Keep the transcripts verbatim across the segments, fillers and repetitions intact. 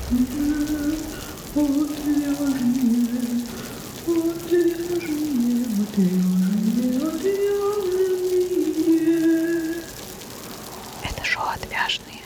Это шоу «Отвяжные».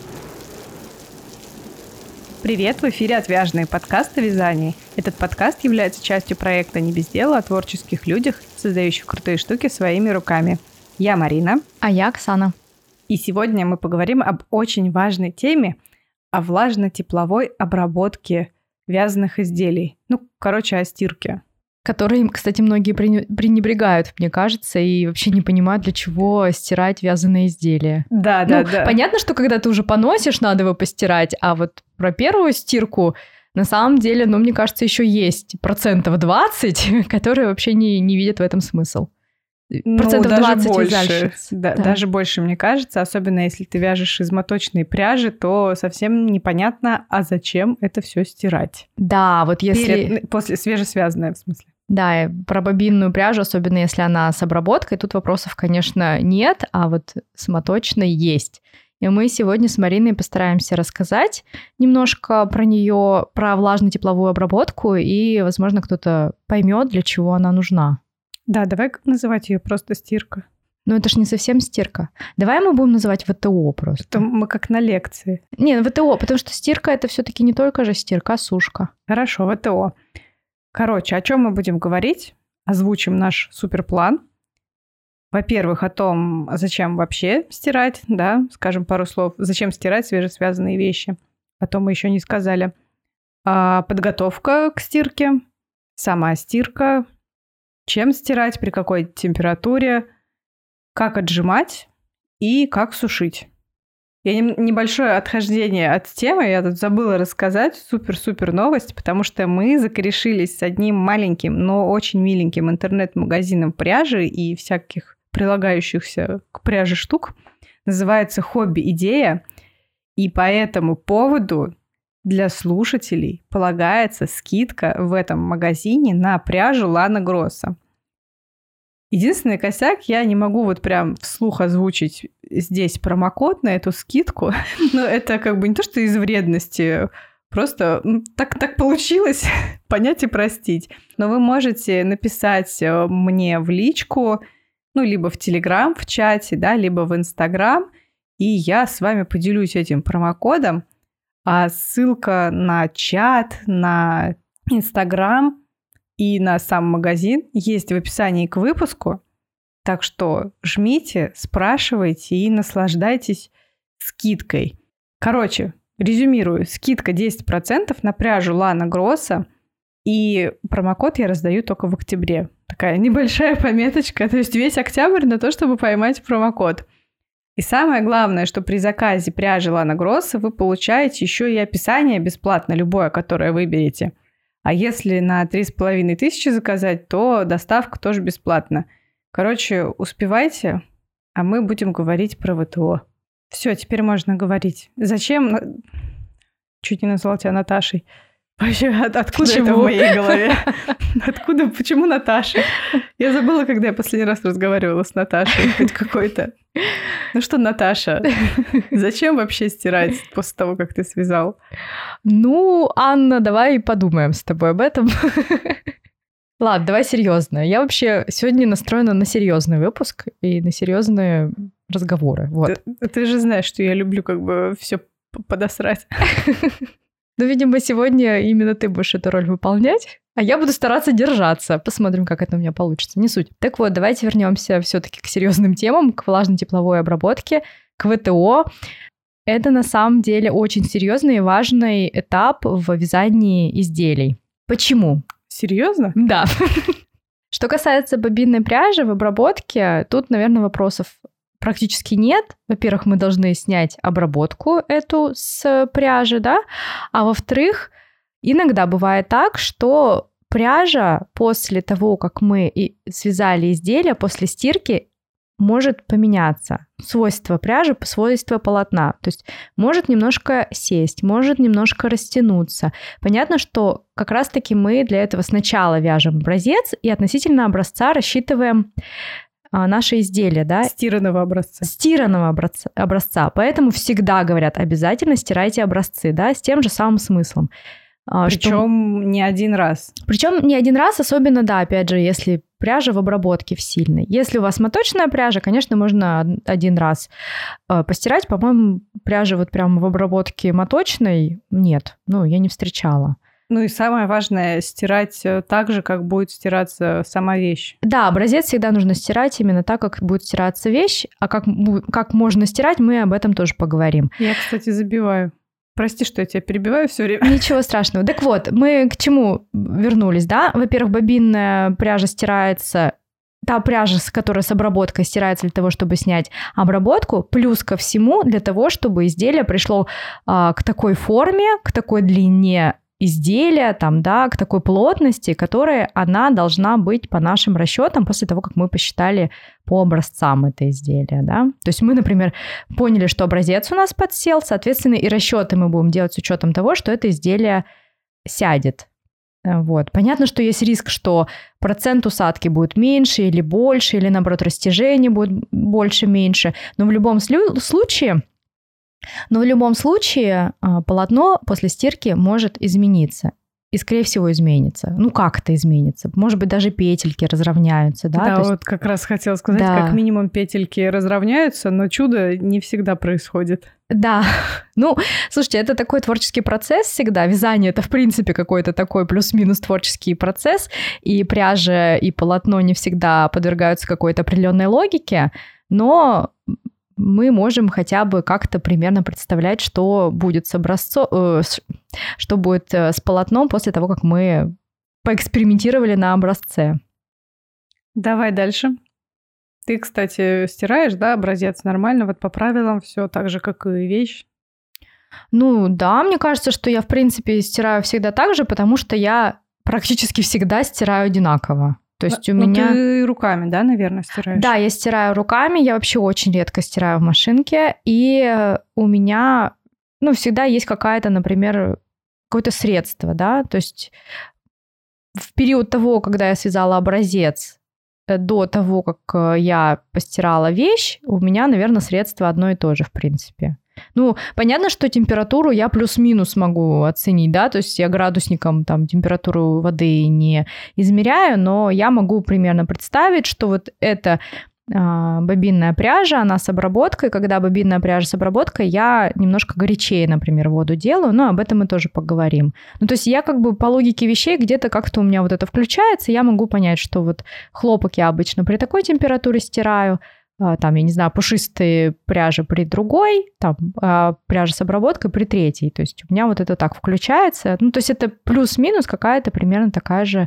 Привет, в эфире «Отвяжные» подкаст о вязании. Этот подкаст является частью проекта «Не без дела» о творческих людях, создающих крутые штуки своими руками. Я Марина. А я Оксана. И сегодня мы поговорим об очень важной теме, о влажно-тепловой обработке вязаных изделий. Ну, короче, о стирке. Которые, кстати, многие пренебрегают, мне кажется, и вообще не понимают, для чего стирать вязаные изделия. Да, ну, да, да. Понятно, что когда ты уже поносишь, надо его постирать, а вот про первую стирку, на самом деле, ну, мне кажется, еще есть процентов двадцать, которые вообще не, не видят в этом смысл. Процентов ну, двадцать больше, да, да. Даже больше, мне кажется, особенно если ты вяжешь из моточной пряжи, то совсем непонятно, а зачем это все стирать. Да, вот если... Перед, после свежесвязанное, в смысле. Да, про бобинную пряжу, особенно если она с обработкой, тут вопросов, конечно, нет, а вот с моточной есть. И мы сегодня с Мариной постараемся рассказать немножко про нее, про влажно-тепловую обработку, и, возможно, кто-то поймет, для чего она нужна. Да, давай называть ее просто стирка. Ну, это ж не совсем стирка. Давай мы будем называть ВТО просто. Это мы как на лекции. Не, ВТО, потому что стирка — это все-таки не только же стирка, а сушка. Хорошо, ВТО. Короче, о чем мы будем говорить? Озвучим наш суперплан. Во-первых, о том, зачем вообще стирать, да, скажем пару слов. Зачем стирать свежесвязанные вещи? О том мы еще не сказали. А подготовка к стирке, сама стирка, чем стирать, при какой температуре, как отжимать и как сушить. Я не, небольшое отхождение от темы, я тут забыла рассказать, супер-супер новость, потому что мы закорешились с одним маленьким, но очень миленьким интернет-магазином пряжи и всяких прилагающихся к пряже штук. Называется «Хобби-идея», и по этому поводу для слушателей полагается скидка в этом магазине на пряжу Лана Гросса. Единственный косяк, я не могу вот прям вслух озвучить здесь промокод на эту скидку, но это как бы не то, что из вредности, просто так, так получилось, понять и простить. Но вы можете написать мне в личку, ну, либо в Телеграм, в чате, да, либо в Инстаграм, и я с вами поделюсь этим промокодом. А ссылка на чат, на Инстаграм и на сам магазин есть в описании к выпуску. Так что жмите, спрашивайте и наслаждайтесь скидкой. Короче, резюмирую. Скидка десять процентов на пряжу Лана Гросса. И промокод я раздаю только в октябре. Такая небольшая пометочка. То есть весь октябрь на то, чтобы поймать промокод. И самое главное, что при заказе пряжи Лана Гросса вы получаете еще и описание бесплатно, любое, которое выберете. А если на три с половиной тысячи заказать, то доставка тоже бесплатна. Короче, успевайте, а мы будем говорить про ВТО. Все, теперь можно говорить. Зачем... Чуть не назвала тебя Наташей. Вообще, от, откуда Почему? Это в моей голове? Откуда? Почему Наташа? Я забыла, когда я последний раз разговаривала с Наташей. Хоть какой-то. Ну что, Наташа, зачем вообще стирать после того, как ты связал? Ну, Анна, давай подумаем с тобой об этом. Ладно, давай серьезно. Я вообще сегодня настроена на серьезный выпуск и на серьезные разговоры. Вот. Ты, ты же знаешь, что я люблю как бы все подосрать. Ну, видимо, сегодня именно ты будешь эту роль выполнять, а я буду стараться держаться. Посмотрим, как это у меня получится. Не суть. Так вот, давайте вернемся все-таки к серьезным темам, к влажно-тепловой обработке, к ВТО. Это на самом деле очень серьезный и важный этап в вязании изделий. Почему? Серьезно? Да. Что касается бобинной пряжи в обработке, тут, наверное, вопросов практически нет. Во-первых, мы должны снять обработку эту с пряжи, да, а во-вторых, иногда бывает так, что пряжа после того, как мы и связали изделие, после стирки, может поменяться. Свойства пряжи, свойства полотна. То есть может немножко сесть, может немножко растянуться. Понятно, что как раз-таки мы для этого сначала вяжем образец и относительно образца рассчитываем а, наши изделия, да? Стиранного образца. Стиранного образца, образца. Поэтому всегда говорят, обязательно стирайте образцы, да, с тем же самым смыслом. Причем что... не один раз. Причем не один раз, особенно, да, опять же, если пряжа в обработке в сильной. Если у вас моточная пряжа, конечно, можно один раз постирать. По-моему, пряжа вот прям в обработке моточной нет. Ну, я не встречала. Ну и самое важное, стирать так же, как будет стираться сама вещь. Да, образец всегда нужно стирать именно так, как будет стираться вещь. А как, как можно стирать, мы об этом тоже поговорим. Я, кстати, забиваю. Прости, что я тебя перебиваю все время. Ничего страшного. Так вот, мы к чему вернулись, да? Во-первых, бобинная пряжа стирается, та пряжа, которая с обработкой стирается для того, чтобы снять обработку, плюс ко всему для того, чтобы изделие пришло а, к такой форме, к такой длине изделия, там, да, к такой плотности, которая она должна быть по нашим расчетам после того, как мы посчитали по образцам это изделие, да. То есть мы, например, поняли, что образец у нас подсел, соответственно, и расчеты мы будем делать с учетом того, что это изделие сядет. Вот. Понятно, что есть риск, что процент усадки будет меньше или больше, или, наоборот, растяжение будет больше-меньше, но в любом случае... Но в любом случае полотно после стирки может измениться. И, скорее всего, изменится. Ну, как это изменится? Может быть, даже петельки разровняются, да? Да, То вот есть... как раз хотела сказать, да. Как минимум петельки разровняются, но чудо не всегда происходит. Да. Ну, слушайте, это такой творческий процесс всегда. Вязание — это, в принципе, какой-то такой плюс-минус творческий процесс. И пряжа, и полотно не всегда подвергаются какой-то определенной логике, но... мы можем хотя бы как-то примерно представлять, что будет с образцом, э, что будет с полотном после того, как мы поэкспериментировали на образце. Давай дальше. Ты, кстати, стираешь, да, образец нормально, вот по правилам все так же, как и вещь? Ну да, мне кажется, что я, в принципе, стираю всегда так же, потому что я практически всегда стираю одинаково. То есть у ну, меня... ты руками, да, наверное, стираешь? Да, я стираю руками, я вообще очень редко стираю в машинке, и у меня, ну, всегда есть какая-то, например, какое-то средство, да, то есть в период того, когда я связала образец, до того, как я постирала вещь, у меня, наверное, средство одно и то же, в принципе. Ну, понятно, что температуру я плюс-минус могу оценить, да, то есть я градусником там температуру воды не измеряю, но я могу примерно представить, что вот эта а, бобинная пряжа, она с обработкой, когда бобинная пряжа с обработкой, я немножко горячее, например, воду делаю, но об этом мы тоже поговорим. Ну, то есть я как бы по логике вещей где-то как-то у меня вот это включается, я могу понять, что вот хлопок я обычно при такой температуре стираю, там, я не знаю, пушистые пряжи при другой, там, а пряжа с обработкой при третьей. То есть у меня вот это так включается. Ну, то есть это плюс-минус какая-то примерно такая же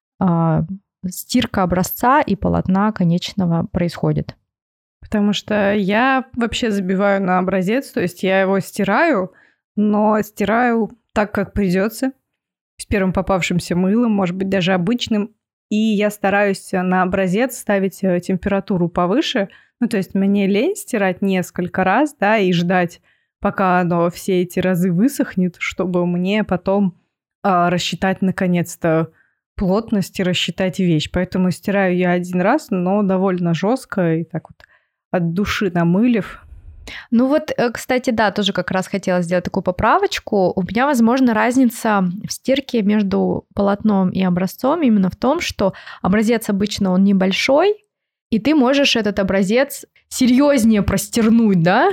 а, стирка образца и полотна конечного происходит. Потому что я вообще забиваю на образец, то есть я его стираю, но стираю так, как придется, с первым попавшимся мылом, может быть, даже обычным. И я стараюсь на образец ставить температуру повыше. Ну, то есть мне лень стирать несколько раз, да, и ждать, пока оно все эти разы высохнет, чтобы мне потом а, рассчитать наконец-то плотность и рассчитать вещь. Поэтому стираю я один раз, но довольно жестко и так вот от души намылив. Ну вот, кстати, да, тоже как раз хотела сделать такую поправочку. У меня, возможно, разница в стирке между полотном и образцом именно в том, что образец обычно он небольшой, и ты можешь этот образец серьезнее простернуть, да?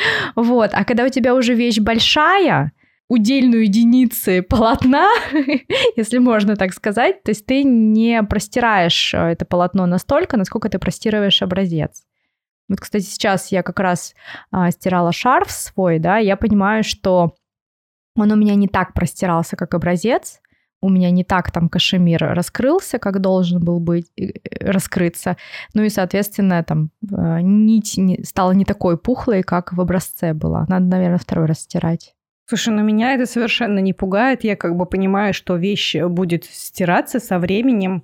Вот. А когда у тебя уже вещь большая, удельную единицы полотна, если можно так сказать, то есть ты не простираешь это полотно настолько, насколько ты простирываешь образец. Вот, кстати, сейчас я как раз а, стирала шарф свой, да, я понимаю, что он у меня не так простирался, как образец, у меня не так там кашемир раскрылся, как должен был быть, раскрыться, ну и, соответственно, там нить не, стала не такой пухлой, как в образце была. Надо, наверное, второй раз стирать. Слушай, ну меня это совершенно не пугает, я как бы понимаю, что вещь будет стираться со временем,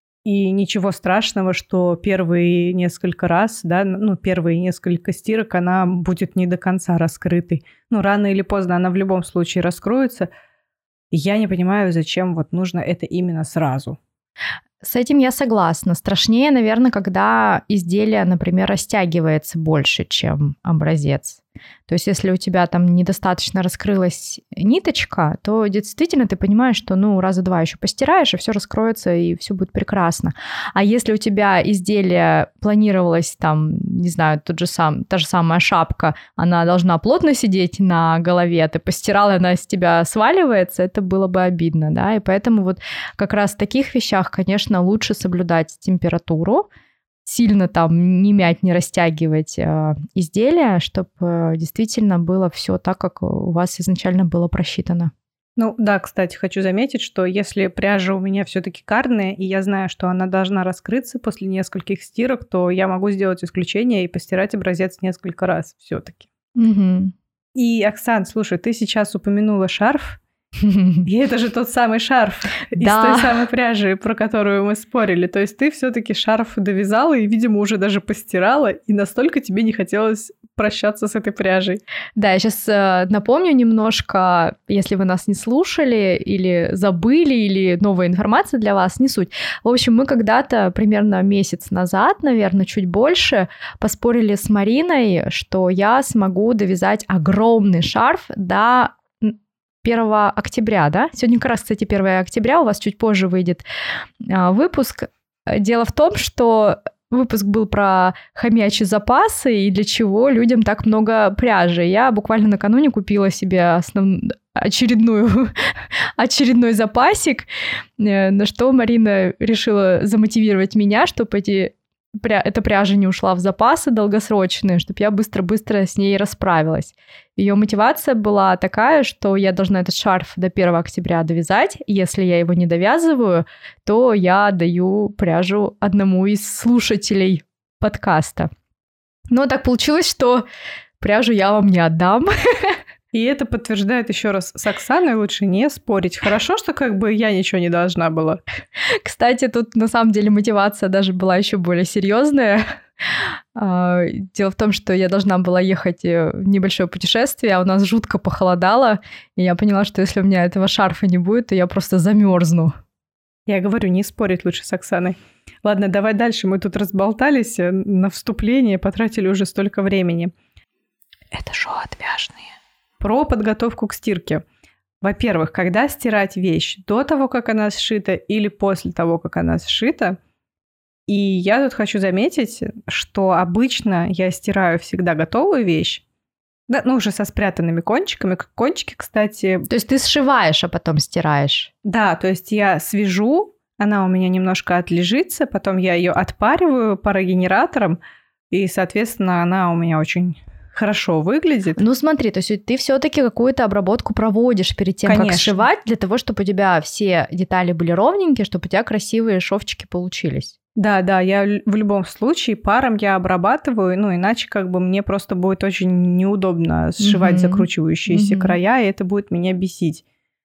и ничего страшного, что первые несколько раз, да, ну, первые несколько стирок, она будет не до конца раскрытой. Ну, рано или поздно она в любом случае раскроется. И я не понимаю, зачем вот нужно это именно сразу. С этим я согласна. Страшнее, наверное, когда изделие, например, растягивается больше, чем образец. То есть если у тебя там недостаточно раскрылась ниточка, то действительно ты понимаешь, что ну раза два еще постираешь, и все раскроется, и все будет прекрасно. А если у тебя изделие планировалось там, не знаю, тот же сам, та же самая шапка, она должна плотно сидеть на голове, ты постирал, и она с тебя сваливается, это было бы обидно, да, и поэтому вот как раз в таких вещах, конечно, лучше соблюдать температуру, сильно там не мять, не растягивать э, изделия, чтобы э, действительно было все так, как у вас изначально было просчитано. Ну да, кстати, хочу заметить, что если пряжа у меня все-таки карная, и я знаю, что она должна раскрыться после нескольких стирок, то я могу сделать исключение и постирать образец несколько раз все-таки. Угу. И, Оксан, слушай, ты сейчас упомянула шарф. И это же тот самый шарф из Да. той самой пряжи, про которую мы спорили. То есть ты все-таки шарф довязала и, видимо, уже даже постирала, и настолько тебе не хотелось прощаться с этой пряжей. Да, я сейчас э, напомню немножко, если вы нас не слушали или забыли, или новая информация для вас, не суть. В общем, мы когда-то, примерно месяц назад, наверное, чуть больше, поспорили с Мариной, что я смогу довязать огромный шарф до первого октября, да? Сегодня как раз, кстати, первого октября, у вас чуть позже выйдет а, выпуск. Дело в том, что выпуск был про хомячьи запасы и для чего людям так много пряжи. Я буквально накануне купила себе основ... очередную... очередной запасик, на что Марина решила замотивировать меня, чтобы эти... Пря... эта пряжа не ушла в запасы долгосрочные, чтобы я быстро-быстро с ней расправилась. Ее мотивация была такая, что я должна этот шарф до первого октября довязать. Если я его не довязываю, то я даю пряжу одному из слушателей подкаста. Но так получилось, что пряжу я вам не отдам. И это подтверждает еще раз, с Оксаной лучше не спорить. Хорошо, что как бы я ничего не должна была. Кстати, тут на самом деле мотивация даже была еще более серьезная. Дело в том, что я должна была ехать в небольшое путешествие, а у нас жутко похолодало, и я поняла, что если у меня этого шарфа не будет, то я просто замерзну. Я говорю, не спорить лучше с Оксаной. Ладно, давай дальше. Мы тут разболтались на вступление, потратили уже столько времени. Это шоу «Отвяжные». Про подготовку к стирке. Во-первых, когда стирать вещь? До того, как она сшита, или после того, как она сшита? И я тут хочу заметить, что обычно я стираю всегда готовую вещь, да, ну, уже со спрятанными кончиками. Кончики, кстати... То есть ты сшиваешь, а потом стираешь? Да, то есть я свяжу, она у меня немножко отлежится, потом я ее отпариваю парогенератором, и, соответственно, она у меня очень... хорошо выглядит. Ну смотри, то есть ты все-таки какую-то обработку проводишь перед тем, Конечно. как сшивать, для того, чтобы у тебя все детали были ровненькие, чтобы у тебя красивые шовчики получились. Да, да, я в любом случае паром я обрабатываю, ну иначе как бы мне просто будет очень неудобно сшивать mm-hmm. закручивающиеся mm-hmm. края, и это будет меня бесить.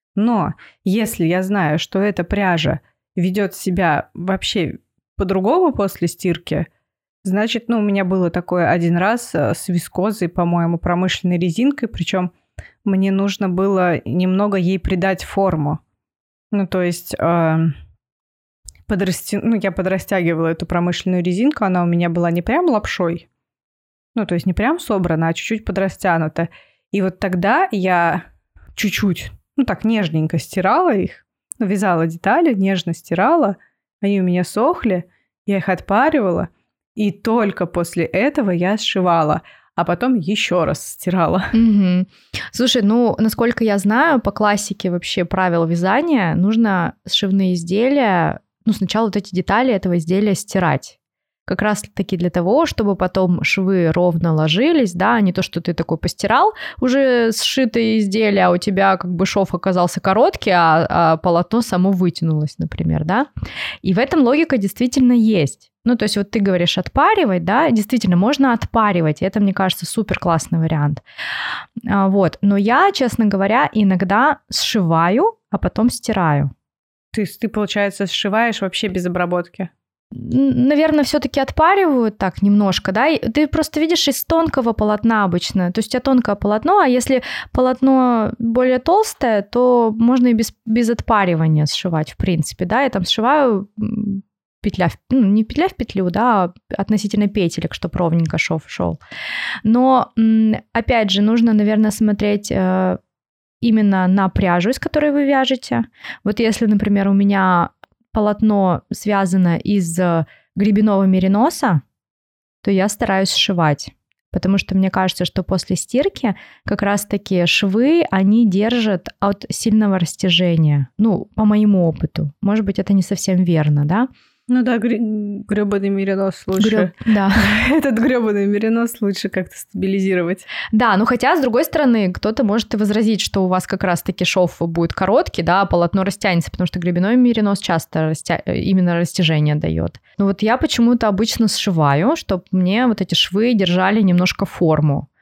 Но если я знаю, что эта пряжа ведет себя вообще по-другому после стирки, значит, ну, у меня было такое один раз с вискозой, по-моему, промышленной резинкой, причем мне нужно было немного ей придать форму. Ну, то есть э, подрасти... ну, я подрастягивала эту промышленную резинку, она у меня была не прям лапшой, ну, то есть не прям собрана, а чуть-чуть подрастянута. И вот тогда я чуть-чуть, ну, так нежненько стирала их, вязала детали, нежно стирала, они у меня сохли, я их отпаривала, и только после этого я сшивала, а потом еще раз стирала. Угу. Слушай, ну, насколько я знаю, по классике вообще правил вязания нужно сшивные изделия, ну, сначала вот эти детали этого изделия стирать. Как раз-таки для того, чтобы потом швы ровно ложились, да, а не то, что ты такой постирал уже сшитое изделие, а у тебя как бы шов оказался короткий, а, а полотно само вытянулось, например, да. И в этом логика действительно есть. Ну, то есть вот ты говоришь отпаривать, да, действительно, можно отпаривать, и это, мне кажется, супер классный вариант. А, вот, но я, честно говоря, иногда сшиваю, а потом стираю. То есть ты, получается, сшиваешь вообще без обработки? Наверное, все-таки отпаривают так немножко, да, и ты просто видишь из тонкого полотна обычно, то есть у тебя тонкое полотно, а если полотно более толстое, то можно и без, без отпаривания сшивать, в принципе, да, я там сшиваю петля, в, ну, не петля в петлю, да, а относительно петелек, чтобы ровненько шов шел. Но, опять же, нужно, наверное, смотреть э, именно на пряжу, из которой вы вяжете. Вот если, например, у меня полотно связано из гребенного мериноса, то я стараюсь сшивать. Потому что мне кажется, что после стирки как раз-таки швы, они держат от сильного растяжения. Ну, по моему опыту. Может быть, это не совсем верно, да? Ну да, грёбаный меринос лучше. Грёб... Да. Этот грёбаный меринос лучше как-то стабилизировать. Да, ну хотя, с другой стороны, кто-то может и возразить, что у вас как раз-таки шов будет короткий, да, а полотно растянется, потому что гребенной меринос часто растя... именно растяжение дает. Но вот я почему-то обычно сшиваю, чтобы мне вот эти швы держали немножко форму.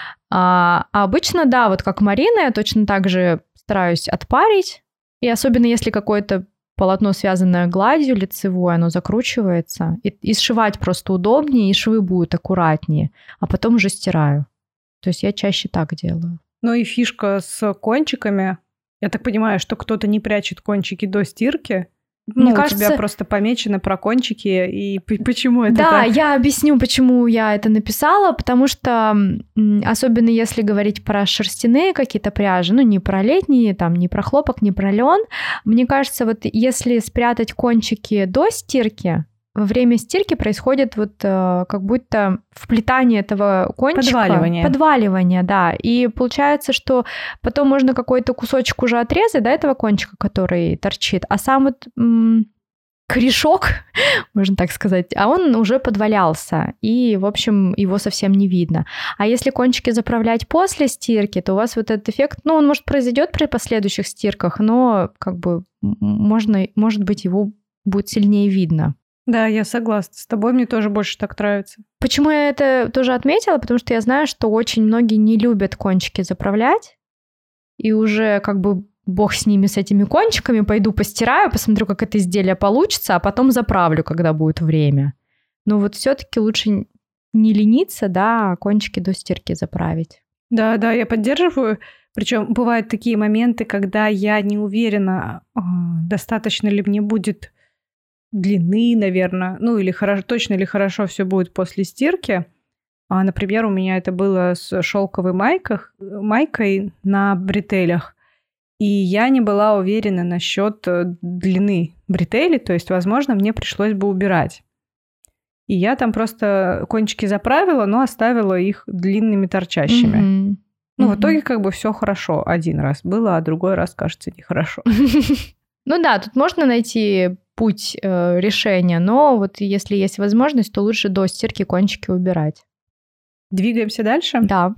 А, а обычно, да, вот как Марина, я точно так же стараюсь отпарить, и особенно если какой-то полотно, связанное гладью лицевой, оно закручивается. И, и сшивать просто удобнее, и швы будут аккуратнее. А потом уже стираю. То есть я чаще так делаю. Ну и фишка с кончиками. Я так понимаю, что кто-то не прячет кончики до стирки. Мне ну, кажется... у тебя просто помечено про кончики, и почему это Да, так? Я объясню, почему я это написала, потому что, особенно если говорить про шерстяные какие-то пряжи, ну, не про летние, там, не про хлопок, не про лен, мне кажется, вот если спрятать кончики до стирки, во время стирки происходит вот э, как будто вплетание этого кончика. Подваливание. Подваливание, да. И получается, что потом можно какой-то кусочек уже отрезать, да, этого кончика, который торчит, а сам вот м- корешок, можно так сказать, а он уже подвалялся, и, в общем, его совсем не видно. А если кончики заправлять после стирки, то у вас вот этот эффект, ну, он, может, произойдет при последующих стирках, но как бы можно, может быть, его будет сильнее видно. Да, я согласна. С тобой мне тоже больше так нравится. Почему я это тоже отметила? Потому что я знаю, что очень многие не любят кончики заправлять. И уже как бы бог с ними, с этими кончиками, пойду постираю, посмотрю, как это изделие получится, а потом заправлю, когда будет время. Но вот все-таки лучше не лениться, да, а кончики до стирки заправить. Да, да, я поддерживаю. Причем бывают такие моменты, когда я не уверена, достаточно ли мне будет длины, наверное, ну или хорошо, точно ли хорошо все будет после стирки. А, например, у меня это было с шелковой майках, майкой на бретелях, и я не была уверена насчет длины бретелей, то есть, возможно, мне пришлось бы убирать. И я там просто кончики заправила, но оставила их длинными, торчащими. Mm-hmm. Ну, mm-hmm. в итоге как бы все хорошо один раз было, а другой раз, кажется, нехорошо. Ну да, тут можно найти путь э, решения, но вот если есть возможность, то лучше до стирки кончики убирать. Двигаемся дальше? Да.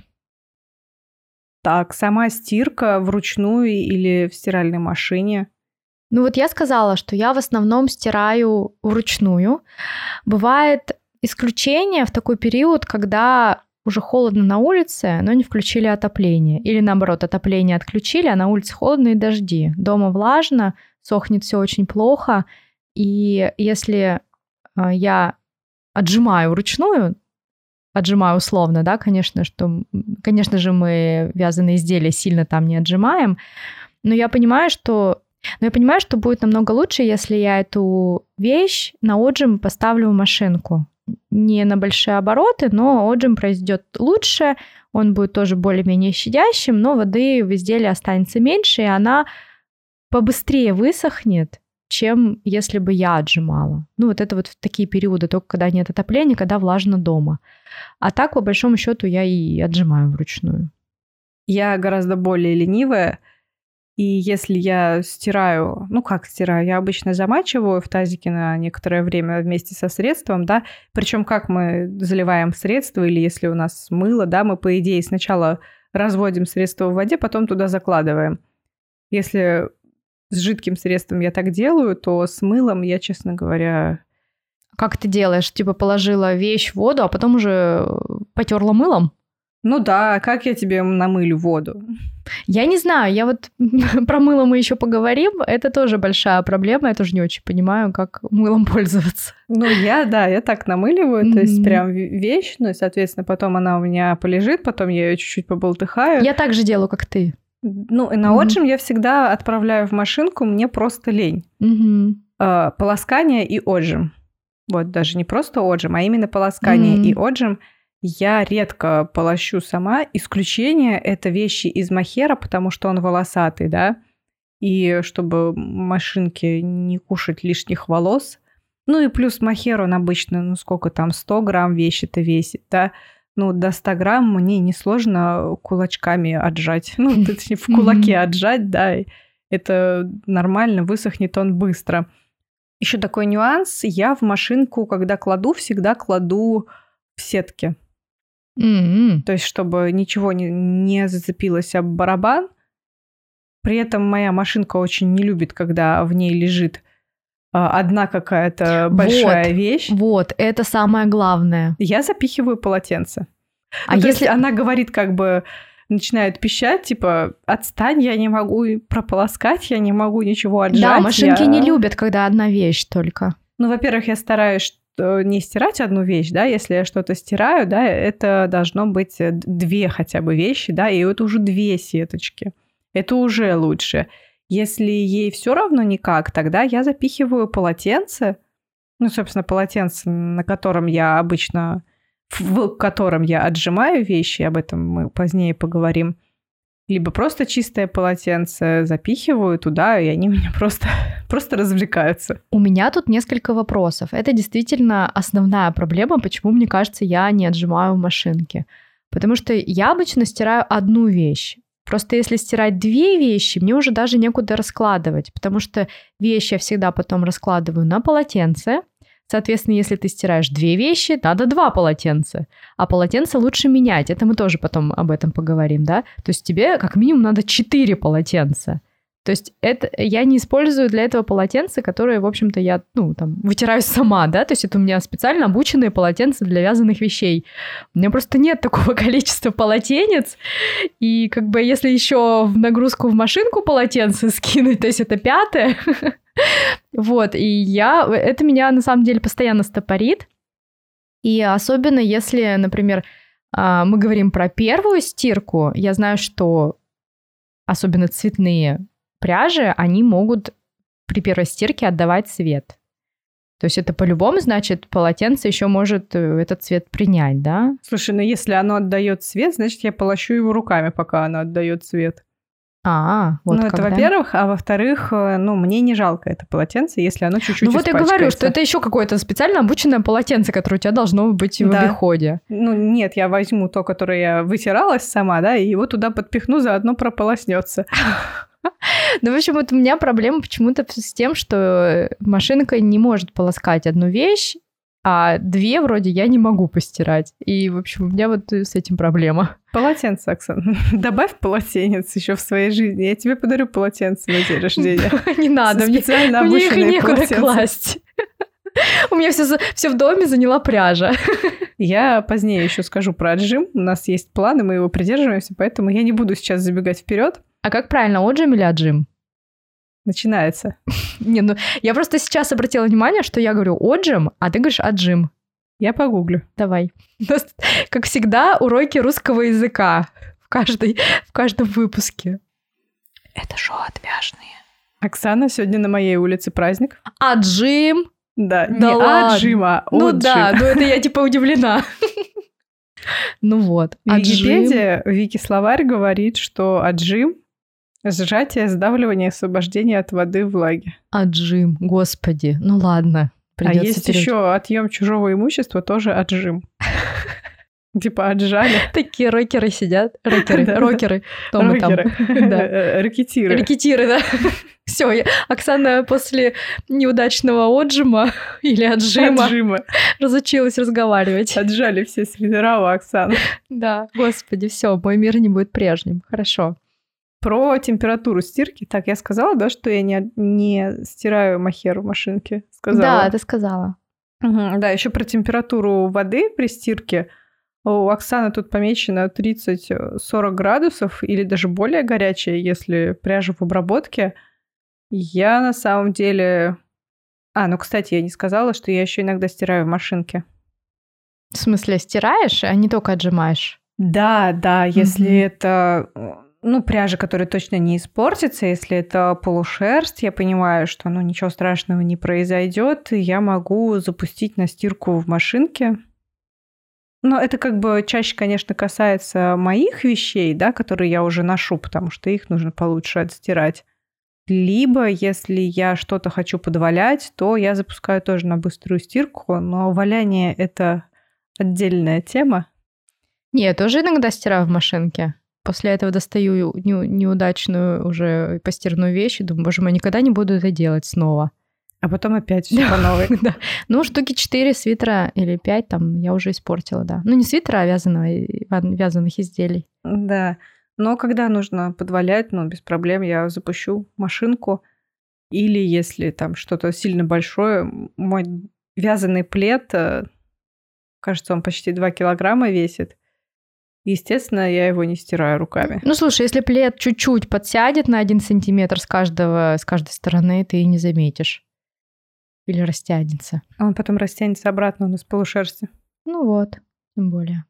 Так, сама стирка вручную или в стиральной машине? Ну вот я сказала, что я в основном стираю вручную. Бывает исключение в такой период, когда уже холодно на улице, но не включили отопление. Или наоборот, отопление отключили, а на улице холодно и дожди. Дома влажно, сохнет все очень плохо. И если я отжимаю вручную, отжимаю условно, да, конечно, что, конечно же, мы вязаные изделия сильно там не отжимаем, но я понимаю, что, но я понимаю, что будет намного лучше, если я эту вещь на отжим поставлю в машинку. Не на большие обороты, но отжим произойдет лучше, он будет тоже более-менее щадящим, но воды в изделии останется меньше, и она побыстрее высохнет, чем если бы я отжимала. Ну, вот это вот в такие периоды, только когда нет отопления, когда влажно дома. А так, по большому счету, я и отжимаю вручную. Я гораздо более ленивая, и если я стираю, ну как стираю, я обычно замачиваю в тазике на некоторое время вместе со средством, да, причем как мы заливаем средство, или если у нас мыло, да, мы, по идее, сначала разводим средство в воде, потом туда закладываем. Если с жидким средством я так делаю, то с мылом я, честно говоря... Как ты делаешь? Типа положила вещь в воду, а потом уже потерла мылом? Ну да, как я тебе намылю воду? Я не знаю, я вот про мыло мы еще поговорим, это тоже большая проблема, я тоже не очень понимаю, как мылом пользоваться. Ну я, да, я так намыливаю, mm-hmm. то есть прям вещь, ну и, соответственно, потом она у меня полежит, потом я ее чуть-чуть поболтыхаю. Я так же делаю, как ты. Ну и на mm-hmm. отжим я всегда отправляю в машинку, мне просто лень. Mm-hmm. Полоскание и отжим. Вот даже не просто отжим, а именно полоскание. Мгм. И отжим я редко полощу сама. Исключение — это вещи из мохера, потому что он волосатый, да. И чтобы машинке не кушать лишних волос. Ну и плюс мохер, он обычно, ну сколько там, сто грамм вещи-то весит, да. Ну, до ста грамм мне несложно кулачками отжать. Ну, точнее, в кулаке Мгм. отжать, да. и Это нормально, высохнет он быстро. Еще такой нюанс. Я в машинку, когда кладу, всегда кладу в сетке. М. То есть, чтобы ничего не, не зацепилось об барабан. При этом моя машинка очень не любит, когда в ней лежит а, одна какая-то большая Вот. вещь. Вот, это самое главное. Я запихиваю полотенце. А Ну, то есть если... она говорит, как бы начинает пищать, типа, отстань, я не могу и прополоскать, я не могу ничего отжать. Да, машинки я- не любят, когда одна вещь только. Ну, во-первых, я стараюсь что- не стирать одну вещь, да, если я что-то стираю, да, это должно быть э, д- две хотя бы вещи, да, и это уже две сеточки. Это уже лучше. Если ей все равно никак, тогда я запихиваю полотенце, ну, собственно, полотенце, на котором я обычно, в котором я отжимаю вещи, об этом мы позднее поговорим, либо просто чистое полотенце запихиваю туда, и они у меня просто, просто развлекаются. У меня тут несколько вопросов. Это действительно основная проблема, почему, мне кажется, я не отжимаю в машинке. Потому что я обычно стираю одну вещь. Просто если стирать две вещи, мне уже даже некуда раскладывать, потому что вещи я всегда потом раскладываю на полотенце. Соответственно, если ты стираешь две вещи, надо два полотенца. А полотенце лучше менять. Это мы тоже потом об этом поговорим, да? То есть тебе как минимум надо четыре полотенца. То есть это я не использую для этого полотенца, которые, в общем-то, я, ну, там, вытираю сама, да? То есть это у меня специально обученные полотенца для вязаных вещей. У меня просто нет такого количества полотенец. И как бы если еще в нагрузку в машинку полотенце скинуть, то есть это пятое, вот, и я, это меня на самом деле постоянно стопорит. И особенно если, например, а, мы говорим про первую стирку, я знаю, что особенно цветные пряжи, они могут при первой стирке отдавать цвет. То есть это по-любому, значит, полотенце еще может э, этот цвет принять, да? Слушай, ну если оно отдает цвет, значит, я полощу его руками, пока оно отдает цвет. А, вот ну, это когда. во-первых, а во-вторых, э, ну, мне не жалко это полотенце, если оно чуть-чуть Ну вот я испачкается. говорю, что это еще какое-то специально обученное полотенце, которое у тебя должно быть в Да. обиходе. Ну, нет, я возьму то, которое я вытиралась сама, да, и его туда подпихну, заодно прополоснется. Ну, в общем, вот у меня проблема почему-то с тем, что машинка не может полоскать одну вещь, а две вроде я не могу постирать. И, в общем, у меня вот с этим проблема. Полотенце, Оксана. Добавь полотенец еще в своей жизни. Я тебе подарю полотенце на день рождения. Не надо, мне Специально мне их обученные некуда полотенца. класть. У меня все, все в доме заняла пряжа. Я позднее еще скажу про отжим. У нас есть планы, мы его придерживаемся, поэтому я не буду сейчас забегать вперед. А как правильно, отжим или отжим? Начинается. Не, ну я просто сейчас обратила внимание, что я говорю отжим, а ты говоришь отжим. Я погуглю. Давай. У нас, как всегда, уроки русского языка в, каждой, в каждом выпуске. Это шоу отвяжные. Оксана, сегодня на моей улице праздник. Отжим? Да, Да не ладно. отжим, а Ну отжим. да, ну это я типа удивлена. Ну вот, В Википедии Вики-словарь говорит, что отжим — сжатие, сдавливание, освобождение от воды и влаги. Отжим, господи, ну ладно. А есть еще отъем чужого имущества, тоже отжим. Типа отжали. Такие рокеры сидят. Рокеры, Да. рокеры. Кто мы там? Рокеры. Да. Э, Рэкетиры. Рекетиры, да. Все, Оксана после неудачного отжима или отжима Отжима. разучилась разговаривать. Отжали все свитера у Оксаны. Да, господи, все, мой мир не будет прежним. Хорошо. Про температуру стирки. Так, я сказала, да, что я не, не стираю мохер в машинке? Сказала. Да, ты сказала. Мгм, да, еще про температуру воды при стирке. У Оксаны тут помечено тридцать-сорок градусов или даже более горячая, если пряжа в обработке. Я на самом деле... А, ну, кстати, я не сказала, что я еще иногда стираю в машинке. В смысле, стираешь, а не только отжимаешь? Да, да, если Мгм. это... Ну, пряжа, которая точно не испортится. Если это полушерсть, я понимаю, что ну, ничего страшного не произойдет, и я могу запустить на стирку в машинке. Но это как бы чаще, конечно, касается моих вещей, да, которые я уже ношу, потому что их нужно получше отстирать. Либо, если я что-то хочу подвалять, то я запускаю тоже на быструю стирку, но валяние — это отдельная тема. Не, я тоже иногда стираю в машинке. После этого достаю не- неудачную уже постиранную вещь и думаю, боже мой, никогда не буду это делать снова. А потом опять все по новой. Да. Ну, штуки четыре свитера или пять там я уже испортила, да. Ну, не свитера, а вязаного, вязаных изделий. Да. Но когда нужно подвалять, ну, без проблем я запущу машинку. Или если там что-то сильно большое, мой вязаный плед, э, кажется, он почти два килограмма весит. Естественно, я его не стираю руками. Ну, слушай, если плед чуть-чуть подсядет на один сантиметр с каждого, с каждой стороны, ты и не заметишь. Или растянется. А он потом растянется обратно у нас полушерсти. Ну вот, тем более.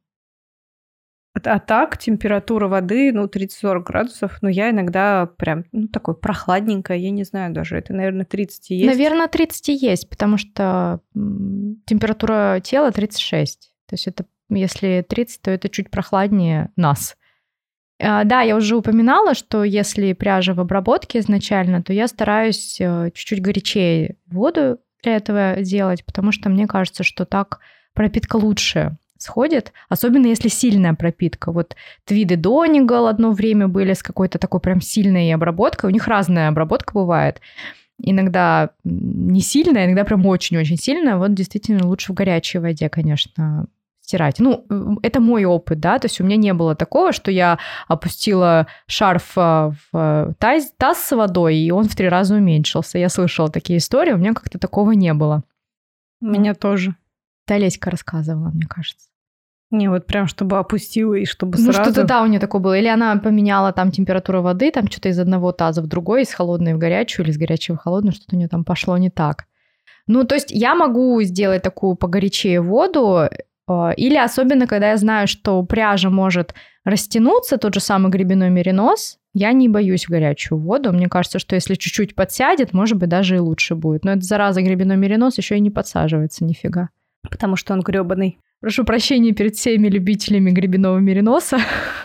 А, а так, температура воды, ну, тридцать-сорок градусов. Но я иногда прям, ну, такой прохладненькая, я не знаю даже, это, наверное, тридцать и есть. Наверное, тридцать и есть, потому что м, температура тела тридцать шесть. То есть это, если тридцать, то это чуть прохладнее нас. А, да, я уже упоминала, что если пряжа в обработке изначально, то я стараюсь э, чуть-чуть горячее воду для этого делать, потому что мне кажется, что так пропитка лучше сходит, особенно если сильная пропитка. Вот Твид и Донигал одно время были с какой-то такой прям сильной обработкой. У них разная обработка бывает. Иногда не сильная, иногда прям очень-очень сильная. Вот действительно лучше в горячей воде, конечно, стирать. Ну, это мой опыт, да, то есть у меня не было такого, что я опустила шарф в таз, таз с водой, и он в три раза уменьшился. Я слышала такие истории, у меня как-то такого не было. У меня тоже. Да, Леська рассказывала, мне кажется. Не, вот прям чтобы опустила и чтобы Ну, сразу... что-то, да, у нее такое было. Или она поменяла там температуру воды, там что-то из одного таза в другой, из холодной в горячую, или из горячей в холодную, что-то у нее там пошло не так. Ну, то есть я могу сделать такую погорячее воду, или особенно, когда я знаю, что пряжа может растянуться, тот же самый гребенной меринос, я не боюсь в горячую воду. Мне кажется, что если чуть-чуть подсядет, может быть, даже и лучше будет. Но это, зараза, гребенной меринос еще и не подсаживается нифига. Потому что он грёбаный. Прошу прощения перед всеми любителями гребенного мериноса.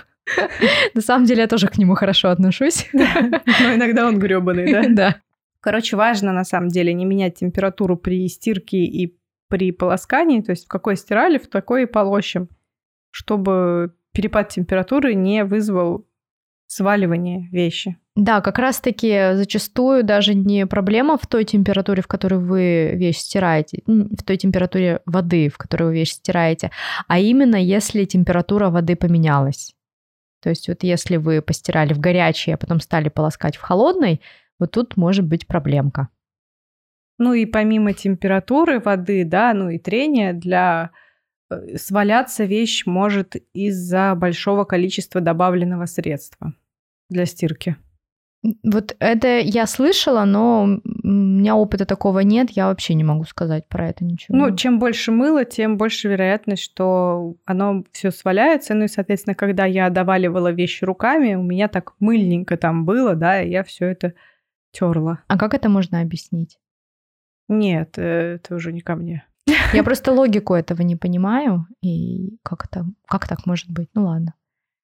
На самом деле я тоже к нему хорошо отношусь. Но иногда он грёбаный, да? Да. Короче, важно на самом деле не менять температуру при стирке и при полоскании, то есть в какой стирали, в такой и полощем, чтобы перепад температуры не вызвал сваливание вещи. Да, как раз-таки зачастую даже не проблема в той температуре, в которой вы вещь стираете, в той температуре воды, в которой вы вещь стираете, а именно если температура воды поменялась. То есть вот если вы постирали в горячей, а потом стали полоскать в холодной, вот тут может быть проблемка. Ну и помимо температуры воды, да, ну и трения, для сваляться вещь может из-за большого количества добавленного средства для стирки. Вот это я слышала, но у меня опыта такого нет, я вообще не могу сказать про это ничего. Ну, чем больше мыла, тем больше вероятность, что оно все сваляется. Ну и, соответственно, когда я доваливала вещи руками, у меня так мыльненько там было, да, и я все это терла. А как это можно объяснить? Нет, это уже не ко мне. Я просто логику этого не понимаю, и как это, как так может быть? Ну ладно.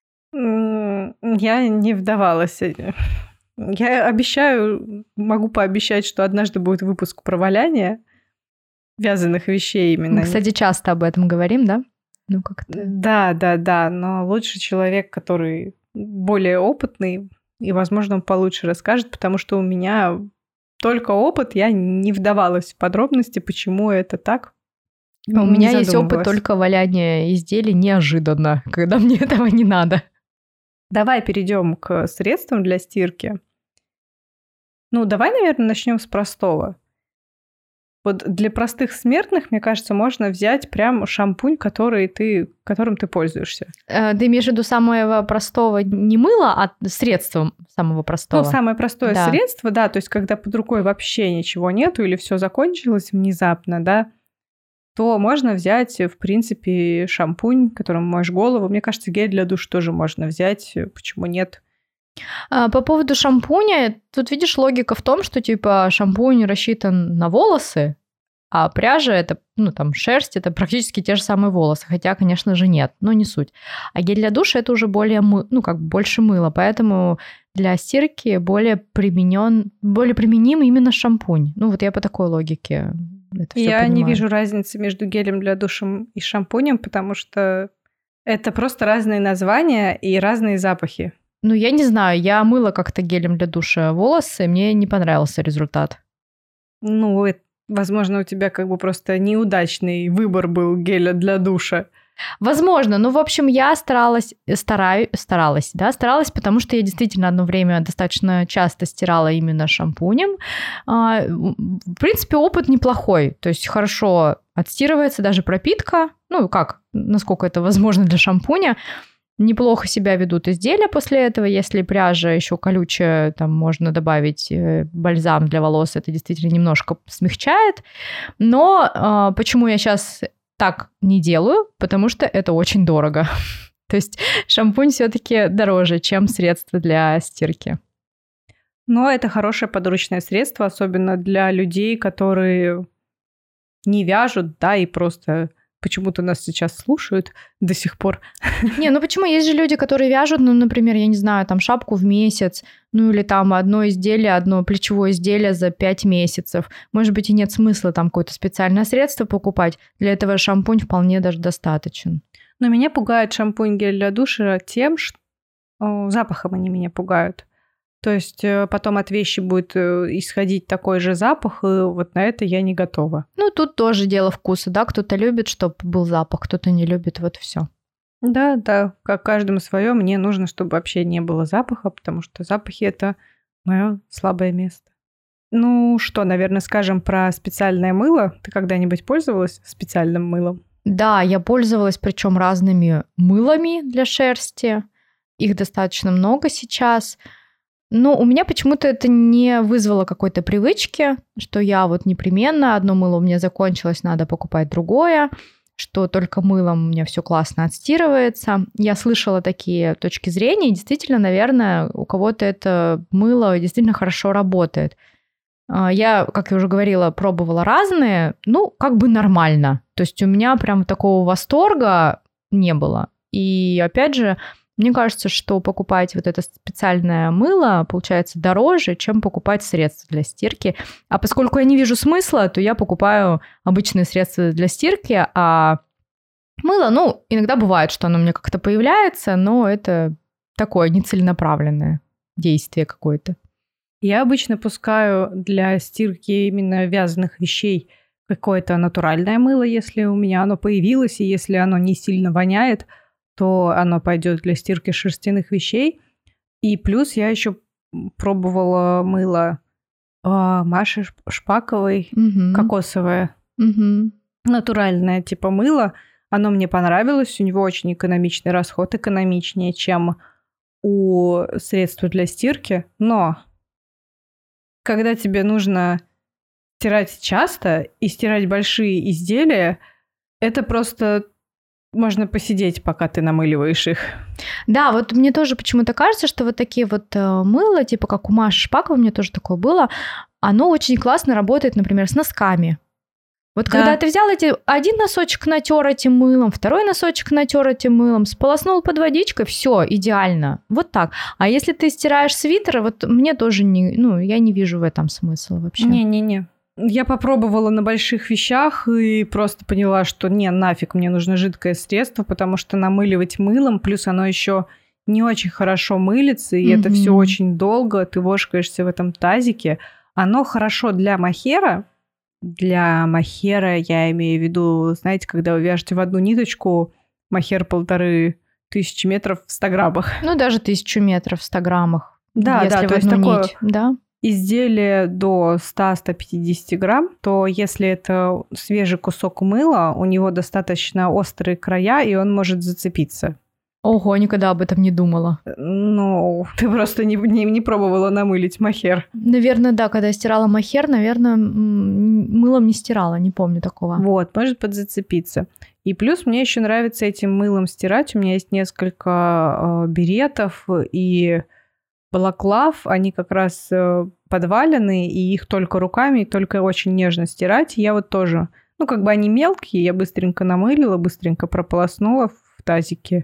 Я не вдавалась. Я обещаю, могу пообещать, что однажды будет выпуск про валяние вязаных вещей именно. Мы, кстати, часто об этом говорим, да? Ну как-то. Да, да, да, но лучше человек, который более опытный, и, возможно, он получше расскажет, потому что у меня только опыт, я не вдавалась в подробности, почему это так. А у меня есть опыт только валяния изделий неожиданно, когда мне этого не надо. Давай перейдем к средствам для стирки. Ну, давай, наверное, начнем с простого. Вот для простых смертных, мне кажется, можно взять прям шампунь, который ты, которым ты пользуешься. Ты имеешь в виду самого простого не мыло, а средством самого простого? Ну, самое простое да. средство, да, то есть когда под рукой вообще ничего нету или все закончилось внезапно, да, то можно взять, в принципе, шампунь, которым моешь голову. Мне кажется, гель для душа тоже можно взять, почему нет. А, по поводу шампуня, тут видишь логика в том, что типа шампунь рассчитан на волосы, а пряжа это, ну там шерсть, это практически те же самые волосы, хотя, конечно же, нет, но не суть. А гель для душа это уже более, мы, ну как больше мыла, поэтому для стирки более применен, более применим именно шампунь. Ну вот я по такой логике это всё Я не понимаю. вижу разницы между гелем для душа и шампунем, потому что это просто разные названия и разные запахи. Ну, я не знаю, я мыла как-то гелем для душа волосы, мне не понравился результат. Ну, э- возможно, у тебя как бы просто неудачный выбор был геля для душа. Возможно, ну, в общем, я старалась, стараю, старалась, да, старалась, потому что я действительно одно время достаточно часто стирала именно шампунем. А, в принципе, опыт неплохой, то есть хорошо отстирывается, даже пропитка, ну, как, насколько это возможно для шампуня. Неплохо себя ведут изделия после этого. Если пряжа еще колючая, там можно добавить бальзам для волос. Это действительно немножко смягчает. Но э, почему я сейчас так не делаю? Потому что это очень дорого. То есть шампунь все-таки дороже, чем средство для стирки. Но это хорошее подручное средство, особенно для людей, которые не вяжут, да, и просто... Почему-то нас сейчас слушают до сих пор. Не, ну почему? Есть же люди, которые вяжут, ну, например, я не знаю, там шапку в месяц, ну или там одно изделие, одно плечевое изделие за пять месяцев. Может быть, и нет смысла там какое-то специальное средство покупать. Для этого шампунь вполне даже достаточен. Но меня пугает шампунь гель для душа тем, что о, запахом они меня пугают. То есть потом от вещи будет исходить такой же запах, и вот на это я не готова. Ну, тут тоже дело вкуса, да, кто-то любит, чтобы был запах, кто-то не любит, вот все. Да, да, как каждому свое. Мне нужно, чтобы вообще не было запаха, потому что запахи — это мое слабое место. Ну что, наверное, скажем про специальное мыло. Ты когда-нибудь пользовалась специальным мылом? Да, я пользовалась, причем разными мылами для шерсти. Их достаточно много сейчас. Но у меня почему-то это не вызвало какой-то привычки, что я вот непременно, одно мыло у меня закончилось, надо покупать другое, что только мылом у меня все классно отстирывается. Я слышала такие точки зрения, и действительно, наверное, у кого-то это мыло действительно хорошо работает. Я, как я уже говорила, пробовала разные, ну, как бы нормально. То есть у меня прям такого восторга не было. И опять же, мне кажется, что покупать вот это специальное мыло получается дороже, чем покупать средства для стирки. А поскольку я не вижу смысла, то я покупаю обычные средства для стирки, а мыло, ну, иногда бывает, что оно у меня как-то появляется, но это такое нецеленаправленное действие какое-то. Я обычно пускаю для стирки именно вязаных вещей какое-то натуральное мыло, если у меня оно появилось, и если оно не сильно воняет, то оно пойдет для стирки шерстяных вещей. И плюс я еще пробовала мыло э, Маши Шпаковой, Угу. кокосовое, Угу. натуральное типа мыло. Оно мне понравилось, у него очень экономичный расход, экономичнее, чем у средства для стирки. Но когда тебе нужно стирать часто и стирать большие изделия, это просто... Можно посидеть, пока ты намыливаешь их. Да, вот мне тоже почему-то кажется, что вот такие вот э, мыла, типа как у Маши Шпаковой, у меня тоже такое было, оно очень классно работает, например, с носками. Вот Да. когда ты взял эти, один носочек натер этим мылом, второй носочек натер этим мылом, сполоснул под водичкой, все идеально. Вот так. А если ты стираешь свитер, вот мне тоже не, ну, я не вижу в этом смысла вообще. Не-не-не. Я попробовала на больших вещах и просто поняла, что не, нафиг, мне нужно жидкое средство, потому что намыливать мылом, плюс оно еще не очень хорошо мылится, и mm-hmm. это все очень долго, ты вошкаешься в этом тазике. Оно хорошо для мохера. Для мохера я имею в виду, знаете, когда вы вяжете в одну ниточку мохер полторы тысячи метров в ста граммах. Ну, даже тысячу метров в ста граммах. Да, если да, в то есть одну такое... нить, да? Изделие до ста - ста пятидесяти грамм, то если это свежий кусок мыла, у него достаточно острые края, и он может зацепиться. Ого, никогда об этом не думала. Ну, ты просто не, не, не пробовала намылить мохер. Наверное, да, когда я стирала мохер, наверное, мылом не стирала, не помню такого. Вот, может подзацепиться. И плюс мне еще нравится этим мылом стирать. У меня есть несколько э, беретов и балаклав, они как раз подваленные, и их только руками, и только очень нежно стирать. Я вот тоже, ну, как бы они мелкие, я быстренько намылила, быстренько прополоснула в тазике,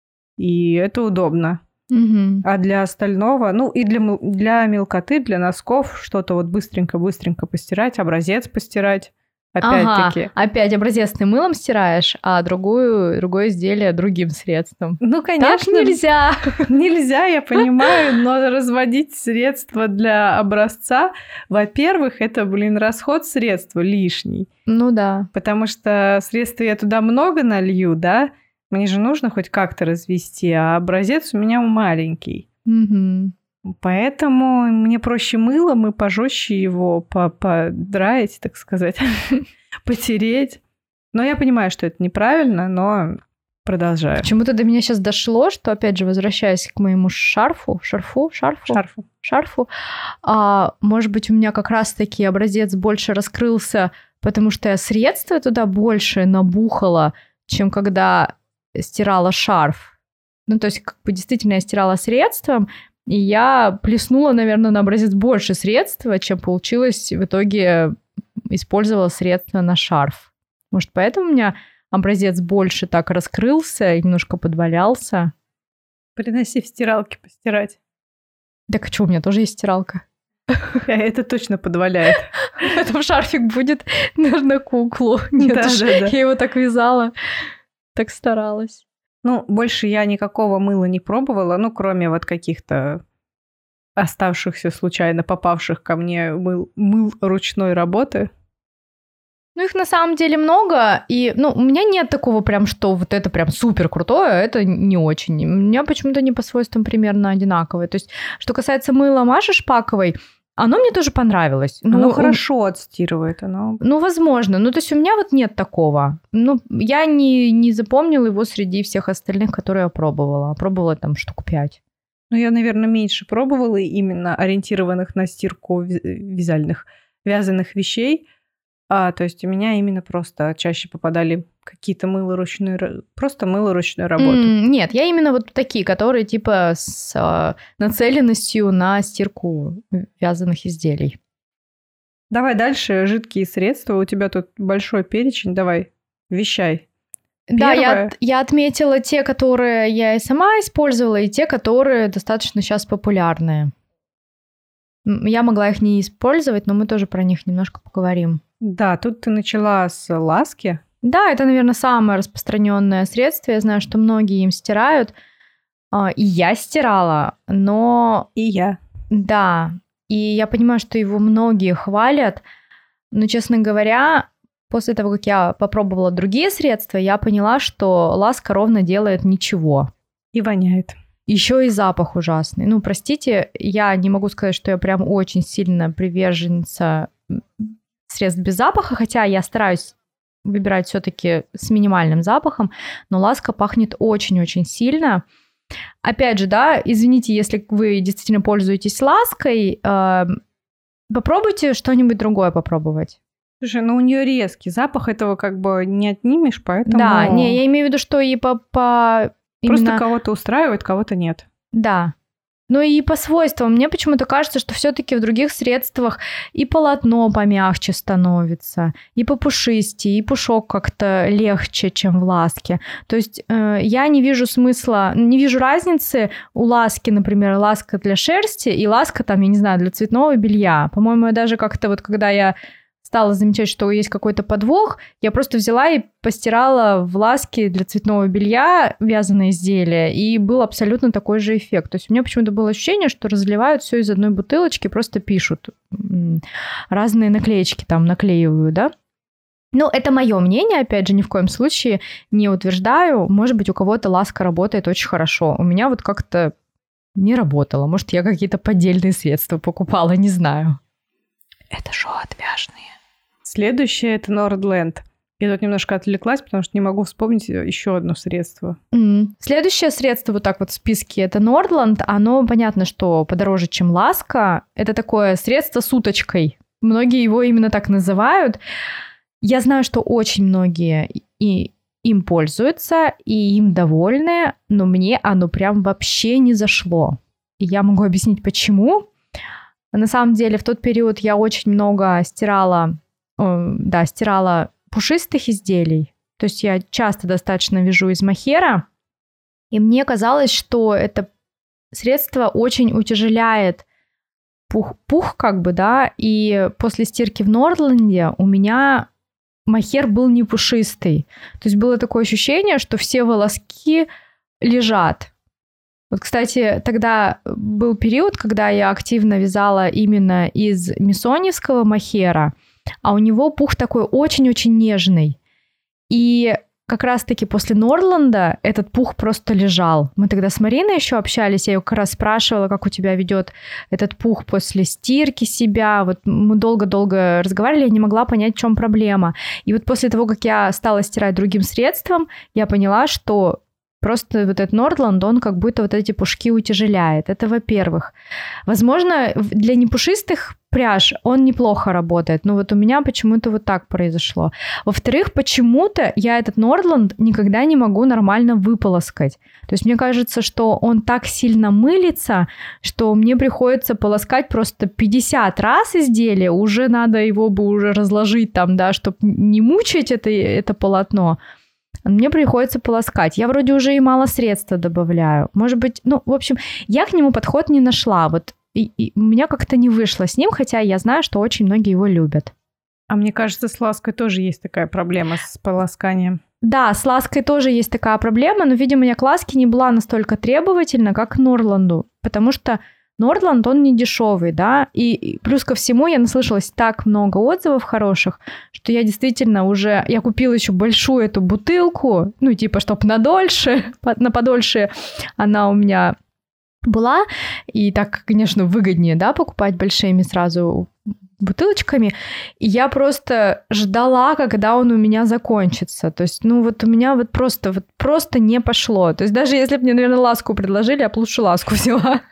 и это удобно. Угу. А для остального, ну, и для, для мелкоты, для носков что-то вот быстренько-быстренько постирать, образец постирать. Опять-таки. Ага, опять образец ты мылом стираешь, а другую, другое изделие другим средством. Ну, конечно. Так нельзя. Нельзя, я понимаю, но разводить средства для образца, во-первых, это, блин, расход средства лишний. Ну да. Потому что средства я туда много налью, да, мне же нужно хоть как-то развести, а образец у меня маленький. Угу. Поэтому мне проще мылом и пожестче его подраить, так сказать, потереть. Но я понимаю, что это неправильно, но продолжаю. Почему-то до меня сейчас дошло, что, опять же, возвращаясь к моему шарфу, шарфу, шарфу, шарфу, шарфу, а, может быть, у меня как раз-таки образец больше раскрылся, потому что я средства туда больше набухала, чем когда стирала шарф. Ну, то есть, как бы действительно я стирала средством, и я плеснула, наверное, на образец больше средства, чем получилось в итоге использовала средства на шарф. Может, поэтому у меня образец больше так раскрылся и немножко подвалялся. Приноси в стиралке постирать. Так что, у меня тоже есть стиралка. Это точно подваляет. Потом шарфик будет, наверное, куклу. Нет, да, уж, да, да. Я его так вязала, так старалась. Ну, больше я никакого мыла не пробовала, ну, кроме вот каких-то оставшихся случайно попавших ко мне мыл, мыл ручной работы. Ну, их на самом деле много, и, ну, у меня нет такого прям, что вот это прям супер крутое, это не очень. У меня почему-то они по свойствам примерно одинаковые. То есть, что касается мыла Маши Шпаковой, оно мне тоже понравилось. Оно ну, хорошо отстирывает. Оно... Ну, возможно. Ну, то есть у меня вот нет такого. Ну, я не, не запомнила его среди всех остальных, которые я пробовала. Пробовала там штук пять. Ну, я, наверное, меньше пробовала именно ориентированных на стирку вязальных, вязаных вещей. А, то есть у меня именно просто чаще попадали какие-то мыло ручной, просто мыло ручной работы. Mm, нет, я именно вот такие, которые типа с а, нацеленностью на стирку вязаных изделий. Давай дальше, жидкие средства. У тебя тут большой перечень, давай, вещай. Да, я, я отметила те, которые я и сама использовала, и те, которые достаточно сейчас популярные. Я могла их не использовать, но мы тоже про них немножко поговорим. Да, тут ты начала с ласки. Да, это, наверное, самое распространенное средство. Я знаю, что многие им стирают. И я стирала, но... И я. Да, и я понимаю, что его многие хвалят. Но, честно говоря, после того, как я попробовала другие средства, я поняла, что ласка ровно делает ничего. И воняет. Еще и запах ужасный. Ну, простите, я не могу сказать, что я прям очень сильно приверженца средств без запаха, хотя я стараюсь выбирать все-таки с минимальным запахом, но ласка пахнет очень-очень сильно. Опять же, да, извините, если вы действительно пользуетесь лаской, э, попробуйте что-нибудь другое попробовать. Слушай, ну у нее резкий запах, этого как бы не отнимешь, поэтому... Да, не, я имею в виду, что и по... по Просто именно... кого-то устраивает, кого-то нет. Да. Ну и по свойствам. Мне почему-то кажется, что все-таки в других средствах и полотно помягче становится, и попушистее, и пушок как-то легче, чем в ласке. То есть э, я не вижу смысла, не вижу разницы у ласки, например, ласка для шерсти и ласка там, я не знаю, для цветного белья. По-моему, я даже как-то вот, когда я стала замечать, что есть какой-то подвох, я просто взяла и постирала в ласке для цветного белья вязаное изделие, и был абсолютно такой же эффект. То есть у меня почему-то было ощущение, что разливают все из одной бутылочки, просто пишут. Разные наклеечки там наклеивают, да? Ну, это мое мнение, опять же, ни в коем случае не утверждаю. Может быть, у кого-то ласка работает очень хорошо. У меня вот как-то не работало. Может, я какие-то поддельные средства покупала, не знаю. Это шо отвяжные? Следующее – это Nordland. Я тут немножко отвлеклась, потому что не могу вспомнить еще одно средство. Mm. Следующее средство вот так вот в списке – это Nordland. Оно, понятно, что подороже, чем ласка. Это такое средство с уточкой. Многие его именно так называют. Я знаю, что очень многие и им пользуются, и им довольны, но мне оно прям вообще не зашло. и я могу объяснить, почему. На самом деле, в тот период я очень много стирала, э, да, стирала пушистых изделий. То есть я часто достаточно вяжу из мохера, и мне казалось, что это средство очень утяжеляет пух, пух как бы, да, и после стирки в Нордланде у меня мохер был не пушистый. То есть было такое ощущение, что все волоски лежат. Вот, кстати, тогда был период, когда я активно вязала именно из миссоньевского мохера, а у него пух такой очень-очень нежный. И как раз-таки после Нордланда этот пух просто лежал. Мы тогда с Мариной еще общались, я ее как раз спрашивала, как у тебя ведет этот пух после стирки себя. Вот мы долго-долго разговаривали, я не могла понять, в чем проблема. И вот после того, как я стала стирать другим средством, я поняла, что просто вот этот Нордланд, он как будто вот эти пушки утяжеляет. Это во-первых. Возможно, для непушистых пряж он неплохо работает, но вот у меня почему-то вот так произошло. Во-вторых, почему-то я этот Нордланд никогда не могу нормально выполоскать. То есть мне кажется, что он так сильно мылится, что мне приходится полоскать просто пятьдесят раз изделие, уже надо его бы уже разложить там, да, чтобы не мучить это, это полотно. Мне приходится полоскать. Я вроде уже и мало средства добавляю. Может быть, ну, в общем, я к нему подход не нашла. Вот и, и у меня как-то не вышло с ним, хотя я знаю, что очень многие его любят. А мне кажется, с лаской тоже есть такая проблема с полосканием. Да, с лаской тоже есть такая проблема, но, видимо, я к ласке не была настолько требовательна, как к Нордланду, потому что Нордланд, он не дешевый, да, и, и плюс ко всему я наслышалась так много отзывов хороших, что я действительно уже, я купила еще большую эту бутылку, ну, типа, чтоб на дольше, на подольше она у меня была, и так, конечно, выгоднее, да, покупать большими сразу бутылочками, и я просто ждала, когда он у меня закончится, то есть, ну, вот у меня вот просто, вот просто не пошло, то есть даже если бы мне, наверное, ласку предложили, я бы лучше ласку взяла.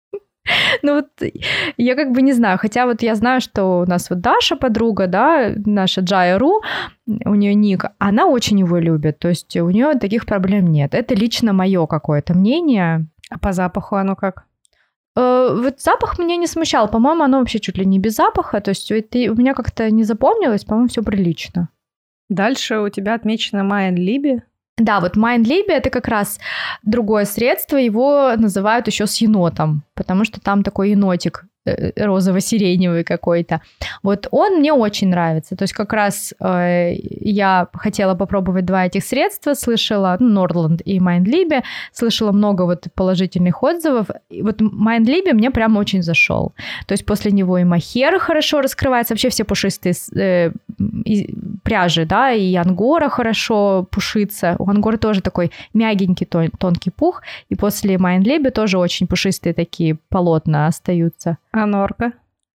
Ну вот я как бы не знаю, хотя вот я знаю, что у нас вот Даша, подруга, да, наша Джая.ру, у нее ник, она очень его любит, то есть у нее таких проблем нет. Это лично мое какое-то мнение. А по запаху оно как? Э, вот запах меня не смущал, по-моему, оно вообще чуть ли не без запаха, то есть это у меня как-то не запомнилось, по-моему, все прилично. Дальше у тебя отмечено Mein Liebe. Да, вот Mein Liebe — это как раз другое средство, его называют еще с енотом, потому что там такой енотик розово-сиреневый какой-то. Вот он мне очень нравится. То есть как раз э, я хотела попробовать два этих средства, слышала, ну, Нордланд и Mein Liebe, слышала много вот положительных отзывов. И вот Mein Liebe мне прям очень зашел. То есть после него и мохер хорошо раскрывается, вообще все пушистые э, и, пряжи, да, и ангора хорошо пушится. У ангоры тоже такой мягенький тон, тонкий пух, и после Mein Liebe тоже очень пушистые такие полотна остаются. А норка?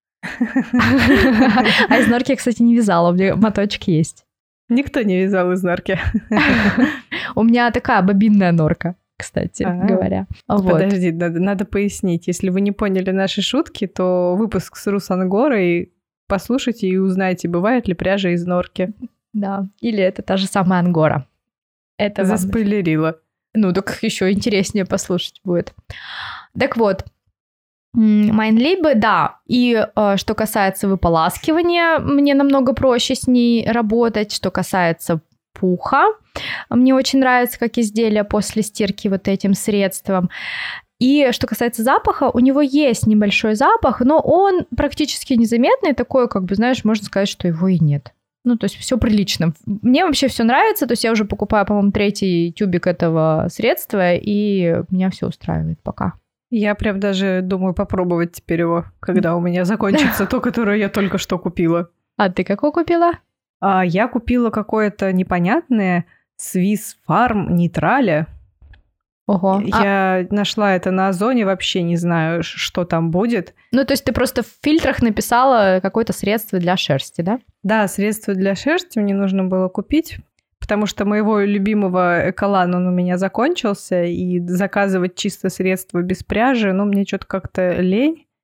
А из норки я, кстати, не вязала, у меня моточек есть. Никто не вязал из норки. У меня такая бобинная норка, кстати говоря. Подожди, надо пояснить. Если вы не поняли наши шутки, то выпуск с Рус Ангорой послушайте и узнайте, бывает ли пряжа из норки. Да, или это та же самая ангора. Это заспойлерила. Ну, так еще интереснее послушать будет. Так вот, Mein Liebe, да, и э, что касается выполаскивания, мне намного проще с ней работать. Что касается пуха, мне очень нравится, как изделие после стирки вот этим средством. И что касается запаха, у него есть небольшой запах, но он практически незаметный, такой, как бы, знаешь, можно сказать, что его и нет. Ну, то есть все прилично. Мне вообще все нравится, то есть я уже покупаю, по-моему, третий тюбик этого средства, и меня все устраивает пока. Я прям даже думаю попробовать теперь его, когда у меня закончится то, которое я только что купила. А ты какое купила? А я купила какое-то непонятное Swiss Farm Neutrale. Ого. Я а... нашла это на Озоне, вообще не знаю, что там будет. Ну, то есть ты просто в фильтрах написала какое-то средство для шерсти, да? Да, средство для шерсти мне нужно было купить, потому что моего любимого Эколан, он у меня закончился, и заказывать чисто средства без пряжи, ну, мне что-то как-то лень.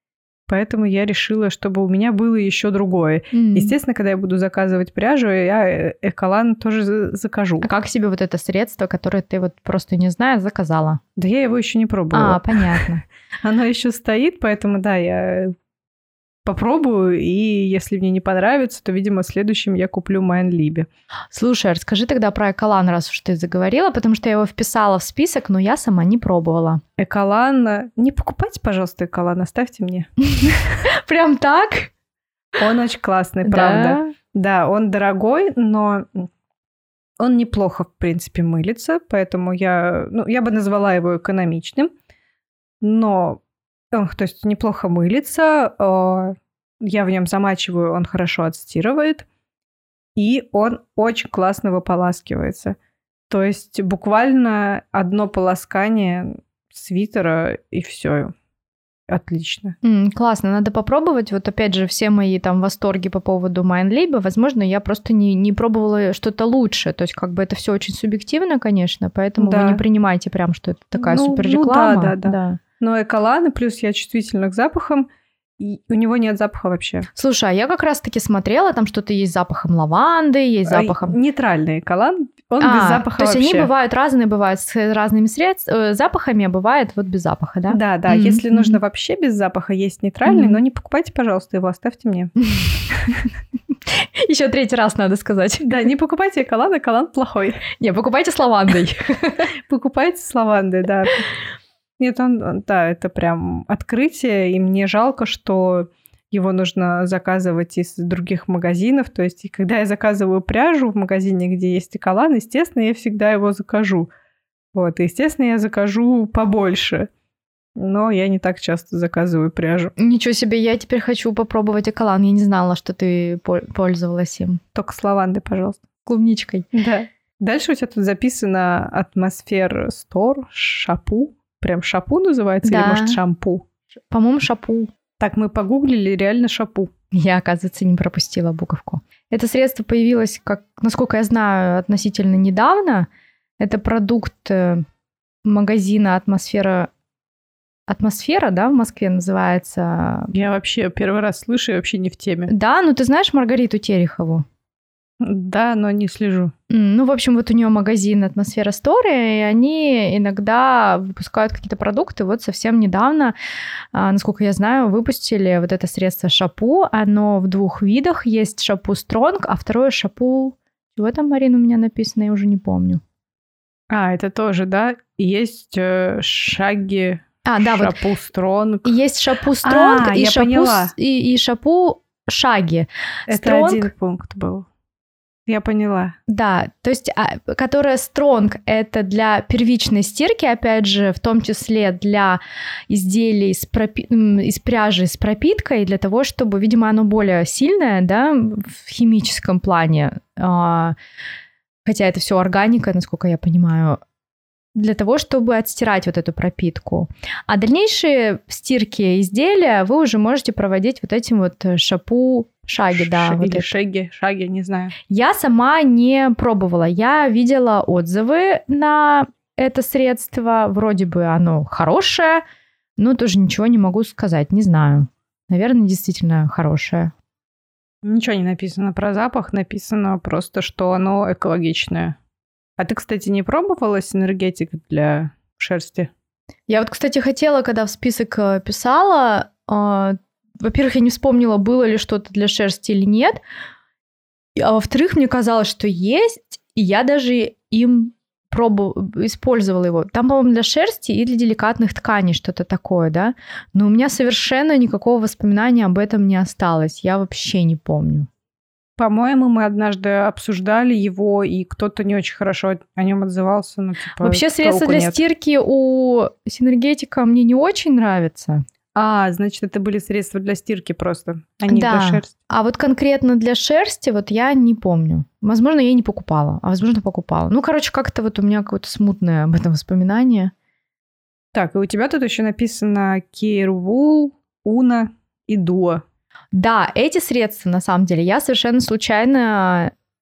Поэтому я решила, чтобы у меня было еще другое. Mm. Естественно, когда я буду заказывать пряжу, я Эколан тоже закажу. А как себе вот это средство, которое ты вот просто не знаешь, заказала? Да я его еще не пробовала. А, понятно. Оно еще стоит, поэтому да, я попробую, и если мне не понравится, то, видимо, следующим я куплю Майнлибе. Слушай, расскажи тогда про Эколан, раз уж ты заговорила, потому что я его вписала в список, но я сама не пробовала. Эколан... Не покупайте, пожалуйста, Эколан, оставьте мне. Прям так? Он очень классный, правда. Да, он дорогой, но он неплохо, в принципе, мылится, поэтому я... Ну, я бы назвала его экономичным, но... То есть неплохо мылится, я в нем замачиваю, он хорошо отстирывает, и он очень классно выполаскивается. То есть буквально одно полоскание свитера, и все. Отлично. Mm, классно, надо попробовать. Вот опять же, все мои там восторги по поводу Майнлиба, возможно, я просто не, не пробовала что-то лучше. То есть как бы это все очень субъективно, конечно, поэтому да. Вы не принимайте прям, что это такая ну, супер реклама. Ну, да, да, да. да. Но Эколан, и плюс я чувствительна к запахам, и у него нет запаха вообще. Слушай, а я как раз-таки смотрела, там что-то есть с запахом лаванды, есть с запахом... Нейтральный Эколан, он а, без запаха то есть вообще. Они бывают разные, бывают с разными средств... э, запахами, а бывает вот без запаха, да? Да, да, mm-hmm. если mm-hmm. нужно вообще без запаха, есть нейтральный, mm-hmm. но не покупайте, пожалуйста, его, оставьте мне. Еще третий раз надо сказать. Да, не покупайте Эколан, Эколан плохой. Не, покупайте с лавандой. Покупайте с лавандой, да. Нет, он, да, это прям открытие, и мне жалко, что его нужно заказывать из других магазинов. То есть, когда я заказываю пряжу в магазине, где есть Эколан, естественно, я всегда его закажу. Вот, и, естественно, я закажу побольше. Но я не так часто заказываю пряжу. Ничего себе, я теперь хочу попробовать Эколан. Я не знала, что ты пользовалась им. Только с лавандой, пожалуйста. Клубничкой. Да. Дальше у тебя тут записано Атмосфер Стор, Шапу. Прям Шапу называется? Да. Или, может, шампу? По-моему, Шапу. Так, мы погуглили, реально Шапу. Я, оказывается, не пропустила буковку. Это средство появилось, как, насколько я знаю, относительно недавно. Это продукт магазина «Атмосфера». «Атмосфера», да, в Москве называется? Я вообще первый раз слышу, я вообще не в теме. Да, ну ты знаешь Маргариту Терехову? Да, но не слежу. Ну, в общем, вот у нее магазин «Атмосфера Стори», и они иногда выпускают какие-то продукты. Вот совсем недавно, насколько я знаю, выпустили вот это средство Шапу. Оно в двух видах. Есть Шапу Стронг, а второе Шапу... Чего там, Марина, у меня написано? Я уже не помню. А, это тоже, да? Есть э, Шаги... А, да, Шапу вот Стронг. Есть Шапу Стронг а, и, я шапу, поняла. и, и Шапу Шаги. Это Стронг... один пункт был. Я поняла. Да, то есть, а, которая Стронг, это для первичной стирки, опять же, в том числе для изделий из, пропи... из пряжи с пропиткой, для того, чтобы, видимо, оно более сильное, да, в химическом плане, а, хотя это все органика, насколько я понимаю, для того, чтобы отстирать вот эту пропитку. А дальнейшие стирки изделия вы уже можете проводить вот этим вот Шапу Шаги, Ш- да. Или вот шаги, шаги, не знаю. Я сама не пробовала. Я видела отзывы на это средство. Вроде бы оно хорошее, но тоже ничего не могу сказать. Не знаю. Наверное, действительно хорошее. Ничего не написано про запах. Написано просто, что оно экологичное. А ты, кстати, не пробовала синергетик для шерсти? Я вот, кстати, хотела, когда в список писала... Во-первых, я не вспомнила, было ли что-то для шерсти или нет. А во-вторых, мне казалось, что есть, и я даже им пробовала, использовала его. Там, по-моему, для шерсти и для деликатных тканей что-то такое, да? Но у меня совершенно никакого воспоминания об этом не осталось. Я вообще не помню. По-моему, мы однажды обсуждали его, и кто-то не очень хорошо о нем отзывался. Ну, типа, вообще, средства для нет. стирки у синергетика мне не очень нравятся. А, значит, это были средства для стирки просто, а не да. для шерсти. А вот конкретно для шерсти вот я не помню. Возможно, я не покупала, а возможно, покупала. Ну, короче, как-то вот у меня какое-то смутное об этом воспоминание. Так, и у тебя тут еще написано Carewool, Una и Duo. Да, эти средства, на самом деле, я совершенно случайно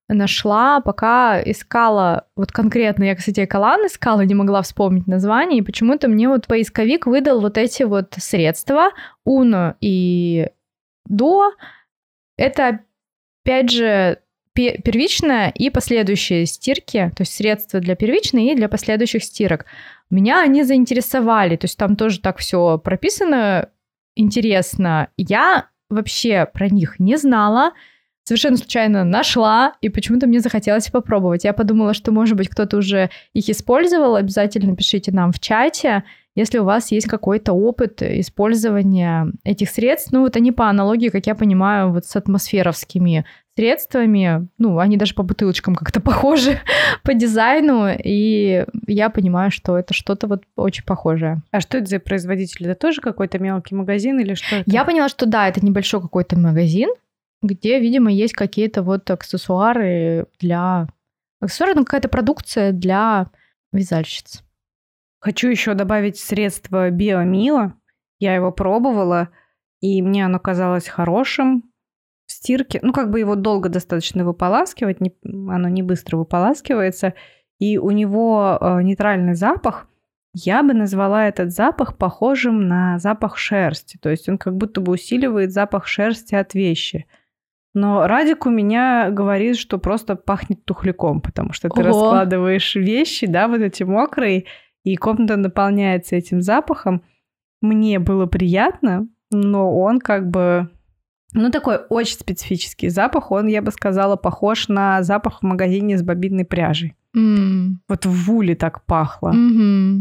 нашла, пока искала, вот конкретно я, кстати, Эколан искала, не могла вспомнить название, и почему-то мне вот поисковик выдал вот эти вот средства, Uno и Duo. Это, опять же, первичная и последующие стирки, то есть средства для первичной и для последующих стирок. Меня они заинтересовали, то есть там тоже так все прописано интересно. Я вообще про них не знала, совершенно случайно нашла, и почему-то мне захотелось попробовать. Я подумала, что, может быть, кто-то уже их использовал. Обязательно пишите нам в чате, если у вас есть какой-то опыт использования этих средств. Ну, вот они по аналогии, как я понимаю, вот с атмосферовскими средствами. Ну, они даже по бутылочкам как-то похожи по дизайну, и я понимаю, что это что-то вот очень похожее. А что это за производитель? Это тоже какой-то мелкий магазин или что это? Я поняла, что да, это небольшой какой-то магазин, где, видимо, есть какие-то вот аксессуары для... Аксессуары, ну, какая-то продукция для вязальщиц. Хочу еще добавить средство Биомио. Я его пробовала, и мне оно казалось хорошим в стирке. Ну, как бы его долго достаточно выполаскивать, не, оно не быстро выполаскивается. И у него э, нейтральный запах. Я бы назвала этот запах похожим на запах шерсти. То есть он как будто бы усиливает запах шерсти от вещи. Но Радик у меня говорит, что просто пахнет тухляком, потому что ты Ого. раскладываешь вещи, да, вот эти мокрые, и комната наполняется этим запахом. Мне было приятно, но он как бы... Ну, такой очень специфический запах. Он, я бы сказала, похож на запах в магазине с бобинной пряжей. Mm. Вот в Вуле так пахло. Mm-hmm.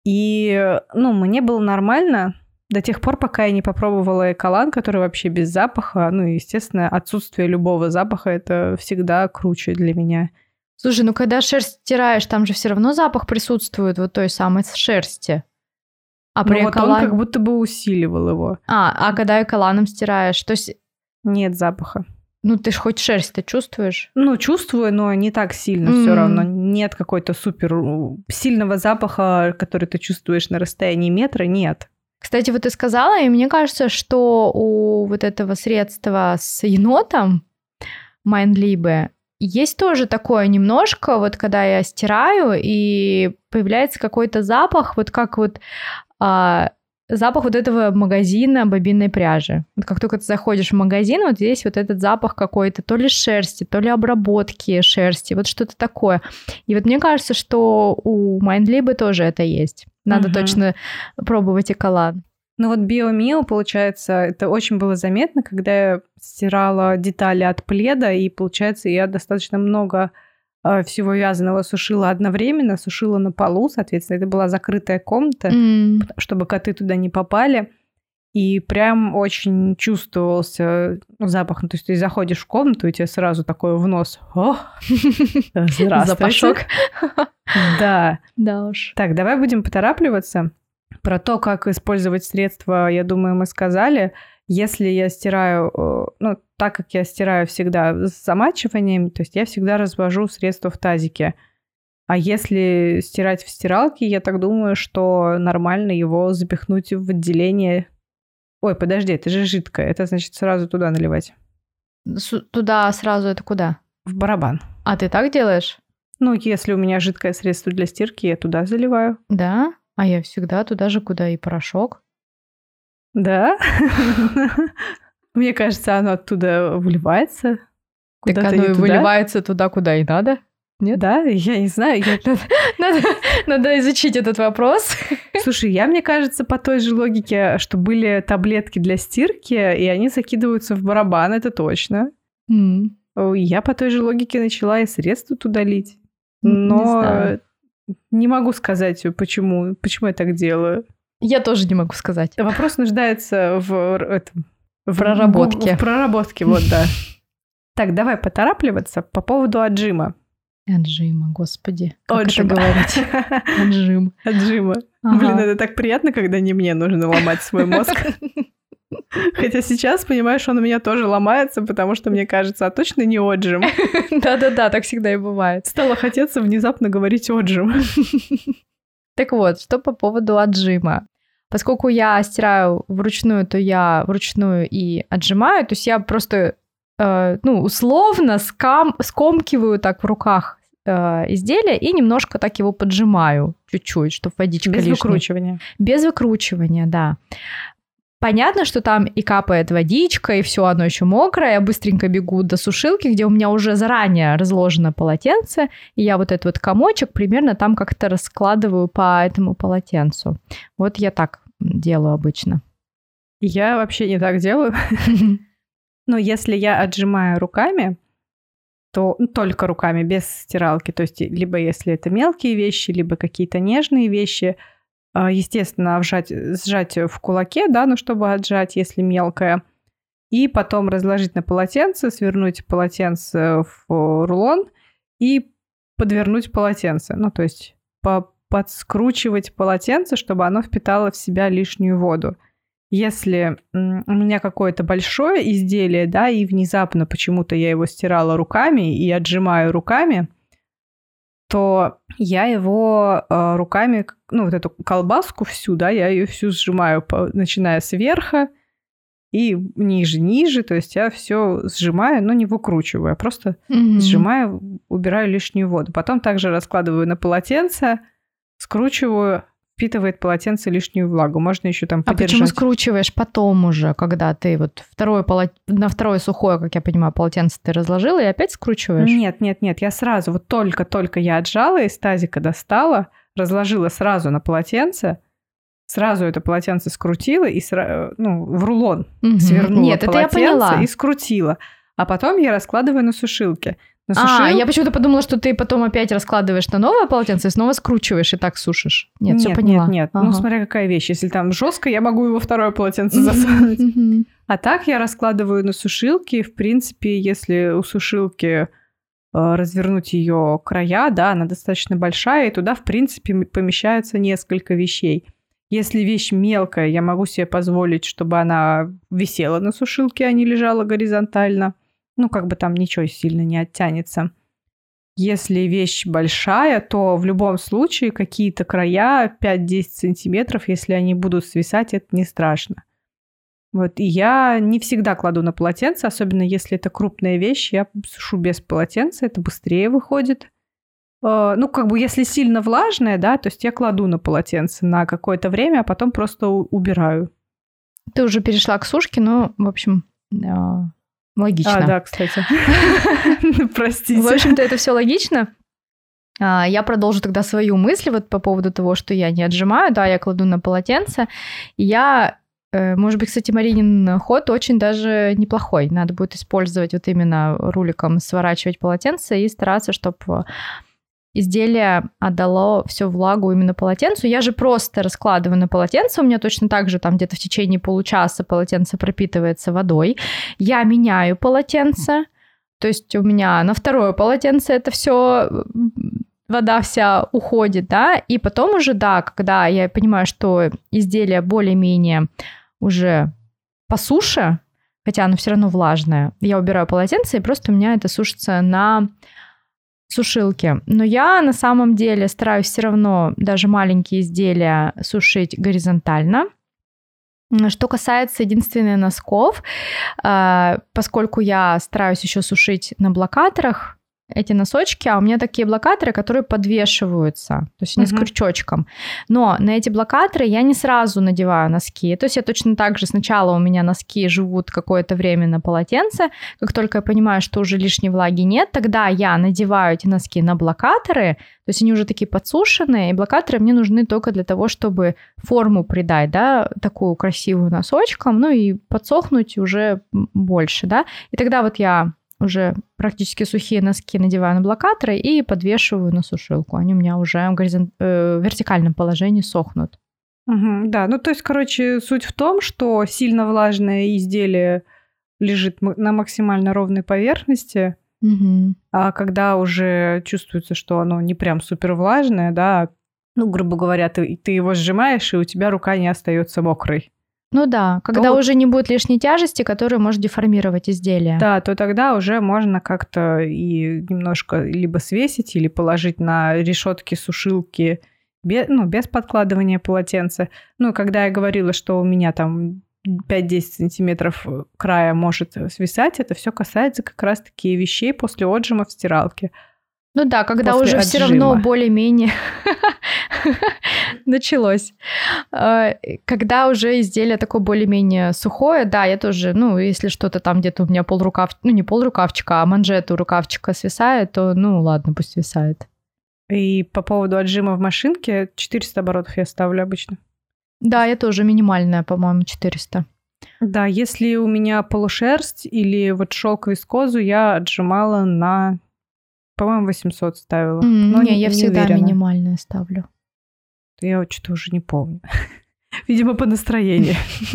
И, ну, мне было нормально до тех пор, пока я не попробовала Эколан, который вообще без запаха. Ну, и, естественно, отсутствие любого запаха — это всегда круче для меня. Слушай, ну когда шерсть стираешь, там же все равно запах присутствует вот той самой шерсти. А при ну, Эколан... вот он как будто бы усиливал его. А, а когда Эколаном стираешь, то есть... Нет запаха. Ну, ты ж хоть шерсть-то чувствуешь? Ну, чувствую, но не так сильно mm. все равно. Нет какой-то супер сильного запаха, который ты чувствуешь на расстоянии метра, нет. Кстати, вот ты сказала, и мне кажется, что у вот этого средства с енотом, Майндлибе, есть тоже такое немножко, вот когда я стираю, и появляется какой-то запах, вот как вот а, запах вот этого магазина бобинной пряжи. Вот как только ты заходишь в магазин, вот здесь вот этот запах какой-то то ли шерсти, то ли обработки шерсти, вот что-то такое. И вот мне кажется, что у Майндлибе тоже это есть. Надо uh-huh. точно пробовать Эколан. Ну вот Биомио, получается, это очень было заметно, когда я стирала детали от пледа, и, получается, я достаточно много э, всего вязаного сушила одновременно, сушила на полу, соответственно, это была закрытая комната, mm. чтобы коты туда не попали, и прям очень чувствовался запах. Ну, то есть ты заходишь в комнату, и тебе сразу такое в нос. О, здравствуйте. Запашок. Да. Да уж. Так, давай будем поторапливаться. Про то, как использовать средства, я думаю, мы сказали. Если я стираю, ну, так как я стираю всегда с замачиванием, то есть я всегда развожу средства в тазике. А если стирать в стиралке, я так думаю, что нормально его запихнуть в отделение. Ой, подожди, это же жидкое. Это значит сразу туда наливать. С- туда сразу это куда? В барабан. А ты так делаешь? Ну, если у меня жидкое средство для стирки, я туда заливаю. Да? А я всегда туда же, куда и порошок. Да? Мне кажется, оно оттуда выливается. Так оно и выливается туда, куда и надо. Нет? Да, я не знаю. Я... надо, надо изучить этот вопрос. Слушай, я, мне кажется, по той же логике, что были таблетки для стирки, и они закидываются в барабан, это точно. Mm. Я по той же логике начала и средства туда лить. Но не, не могу сказать, почему, почему я так делаю. Я тоже не могу сказать. Вопрос нуждается в, этом, в проработке. В проработке, вот, да. Так, давай поторапливаться по поводу отжима. Отжима, господи. Как Отжима. это говорить? Отжим. Отжима. Ага. Блин, это так приятно, когда не мне нужно ломать свой мозг. Хотя сейчас, понимаешь, он у меня тоже ломается, потому что мне кажется, а точно не отжим. Да-да-да, так всегда и бывает. Стало хотеться внезапно говорить отжим. Так вот, что по поводу отжима. Поскольку я стираю вручную, то я вручную и отжимаю. То есть я просто э, ну, условно скам, скомкиваю так в руках э, изделие и немножко так его поджимаю чуть-чуть, чтобы водичка Без лишняя. выкручивания. Без выкручивания, да. Понятно, что там и капает водичка, и все оно еще мокрое. Я быстренько бегу до сушилки, где у меня уже заранее разложено полотенце, и я вот этот вот комочек примерно там как-то раскладываю по этому полотенцу. Вот я так делаю обычно. Я вообще не так делаю. Но если я отжимаю руками, то ну, только руками, без стиралки. То есть либо если это мелкие вещи, либо какие-то нежные вещи, естественно, вжать, сжать в кулаке, да, ну, чтобы отжать, если мелкое, и потом разложить на полотенце, свернуть полотенце в рулон и подвернуть полотенце. Ну, то есть по- подскручивать полотенце, чтобы оно впитало в себя лишнюю воду. Если м, у меня какое-то большое изделие, да, и внезапно почему-то я его стирала руками и отжимаю руками, то я его э, руками, ну, вот эту колбаску всю, да, я ее всю сжимаю, по, начиная с верха и ниже-ниже, то есть я все сжимаю, но не выкручиваю, а просто mm-hmm. сжимаю, убираю лишнюю воду. Потом также раскладываю на полотенце, скручиваю, впитывает полотенце лишнюю влагу. Можно еще там подержать. А почему скручиваешь потом уже, когда ты вот второе поло... на второе сухое, как я понимаю, полотенце ты разложила и опять скручиваешь? Нет, нет, нет, я сразу, вот только-только я отжала, из тазика достала, разложила сразу на полотенце, сразу это полотенце скрутила и сра... ну, в рулон угу. свернула нет, полотенце это я поняла. И скрутила. А потом я раскладываю на сушилке. На сушил... А, я почему-то подумала, что ты потом опять раскладываешь на новое полотенце и снова скручиваешь и так сушишь. Нет, нет, все поняла. Нет, нет, ага. Ну смотря какая вещь. Если там жестко, я могу его второе полотенце засунуть. А так я раскладываю на сушилке. В принципе, если у сушилки э, развернуть ее края, да, она достаточно большая, и туда, в принципе, помещается несколько вещей. Если вещь мелкая, я могу себе позволить, чтобы она висела на сушилке, а не лежала горизонтально. Ну, как бы там ничего сильно не оттянется. Если вещь большая, то в любом случае какие-то края пять-десять сантиметров, если они будут свисать, это не страшно. Вот, и я не всегда кладу на полотенце, особенно если это крупная вещь, я сушу без полотенца, это быстрее выходит. Ну, как бы, если сильно влажная, да, то есть я кладу на полотенце на какое-то время, а потом просто убираю. Ты уже перешла к сушке, но, в общем... Логично. А, да, кстати. Простите. В общем-то, это все логично. Я продолжу тогда свою мысль вот по поводу того, что я не отжимаю, да, я кладу на полотенце. Я, может быть, кстати, Маринин ход очень даже неплохой. Надо будет использовать вот именно руликом сворачивать полотенце и стараться, чтобы изделие отдало всю влагу именно полотенцу. Я же просто раскладываю на полотенце, у меня точно так же там где-то в течение получаса полотенце пропитывается водой. Я меняю полотенце, то есть у меня на второе полотенце это все вода вся уходит, да, и потом уже, да, когда я понимаю, что изделие более-менее уже по суше, хотя оно все равно влажное, я убираю полотенце, и просто у меня это сушится на сушилки. Но я на самом деле стараюсь все равно даже маленькие изделия сушить горизонтально. Что касается единственных носков, поскольку я стараюсь еще сушить на блокаторах эти носочки, а у меня такие блокаторы, которые подвешиваются, то есть они uh-huh. с крючочком. Но на эти блокаторы я не сразу надеваю носки. То есть я точно так же сначала у меня носки живут какое-то время на полотенце. Как только я понимаю, что уже лишней влаги нет, тогда я надеваю эти носки на блокаторы. То есть они уже такие подсушенные, и блокаторы мне нужны только для того, чтобы форму придать, да, такую красивую носочком, ну и подсохнуть уже больше, да. И тогда вот я уже практически сухие носки надеваю на блокаторы и подвешиваю на сушилку. Они у меня уже в горизон... э, вертикальном положении сохнут. Угу, да, ну то есть, короче, суть в том, что сильно влажное изделие лежит на максимально ровной поверхности, угу. а когда уже чувствуется, что оно не прям супер влажное, да, ну, грубо говоря, ты, ты его сжимаешь, и у тебя рука не остается мокрой. Ну да, когда то... уже не будет лишней тяжести, которая может деформировать изделие. Да, то тогда уже можно как-то и немножко либо свесить, или положить на решетки сушилки без, ну, без подкладывания полотенца. Ну, когда я говорила, что у меня там пять-десять сантиметров края может свисать, это все касается как раз-таки вещей после отжима в стиралке. Ну да, когда уже все равно более-менее началось. Когда уже изделие такое более-менее сухое, да, я тоже, ну, если что-то там где-то у меня полрукавчика, ну, не полрукавчика, а манжету рукавчика свисает, то, ну, ладно, пусть свисает. И по поводу отжима в машинке четыреста оборотов я ставлю обычно. Да, я тоже минимальная, по-моему, четыреста. Да, если у меня полушерсть или вот шелк вискозу, я отжимала на... По-моему, восемьсот ставила. Mm, но не, не, я не всегда уверена. минимальное ставлю. Я вот что-то уже не помню. Видимо, по настроению.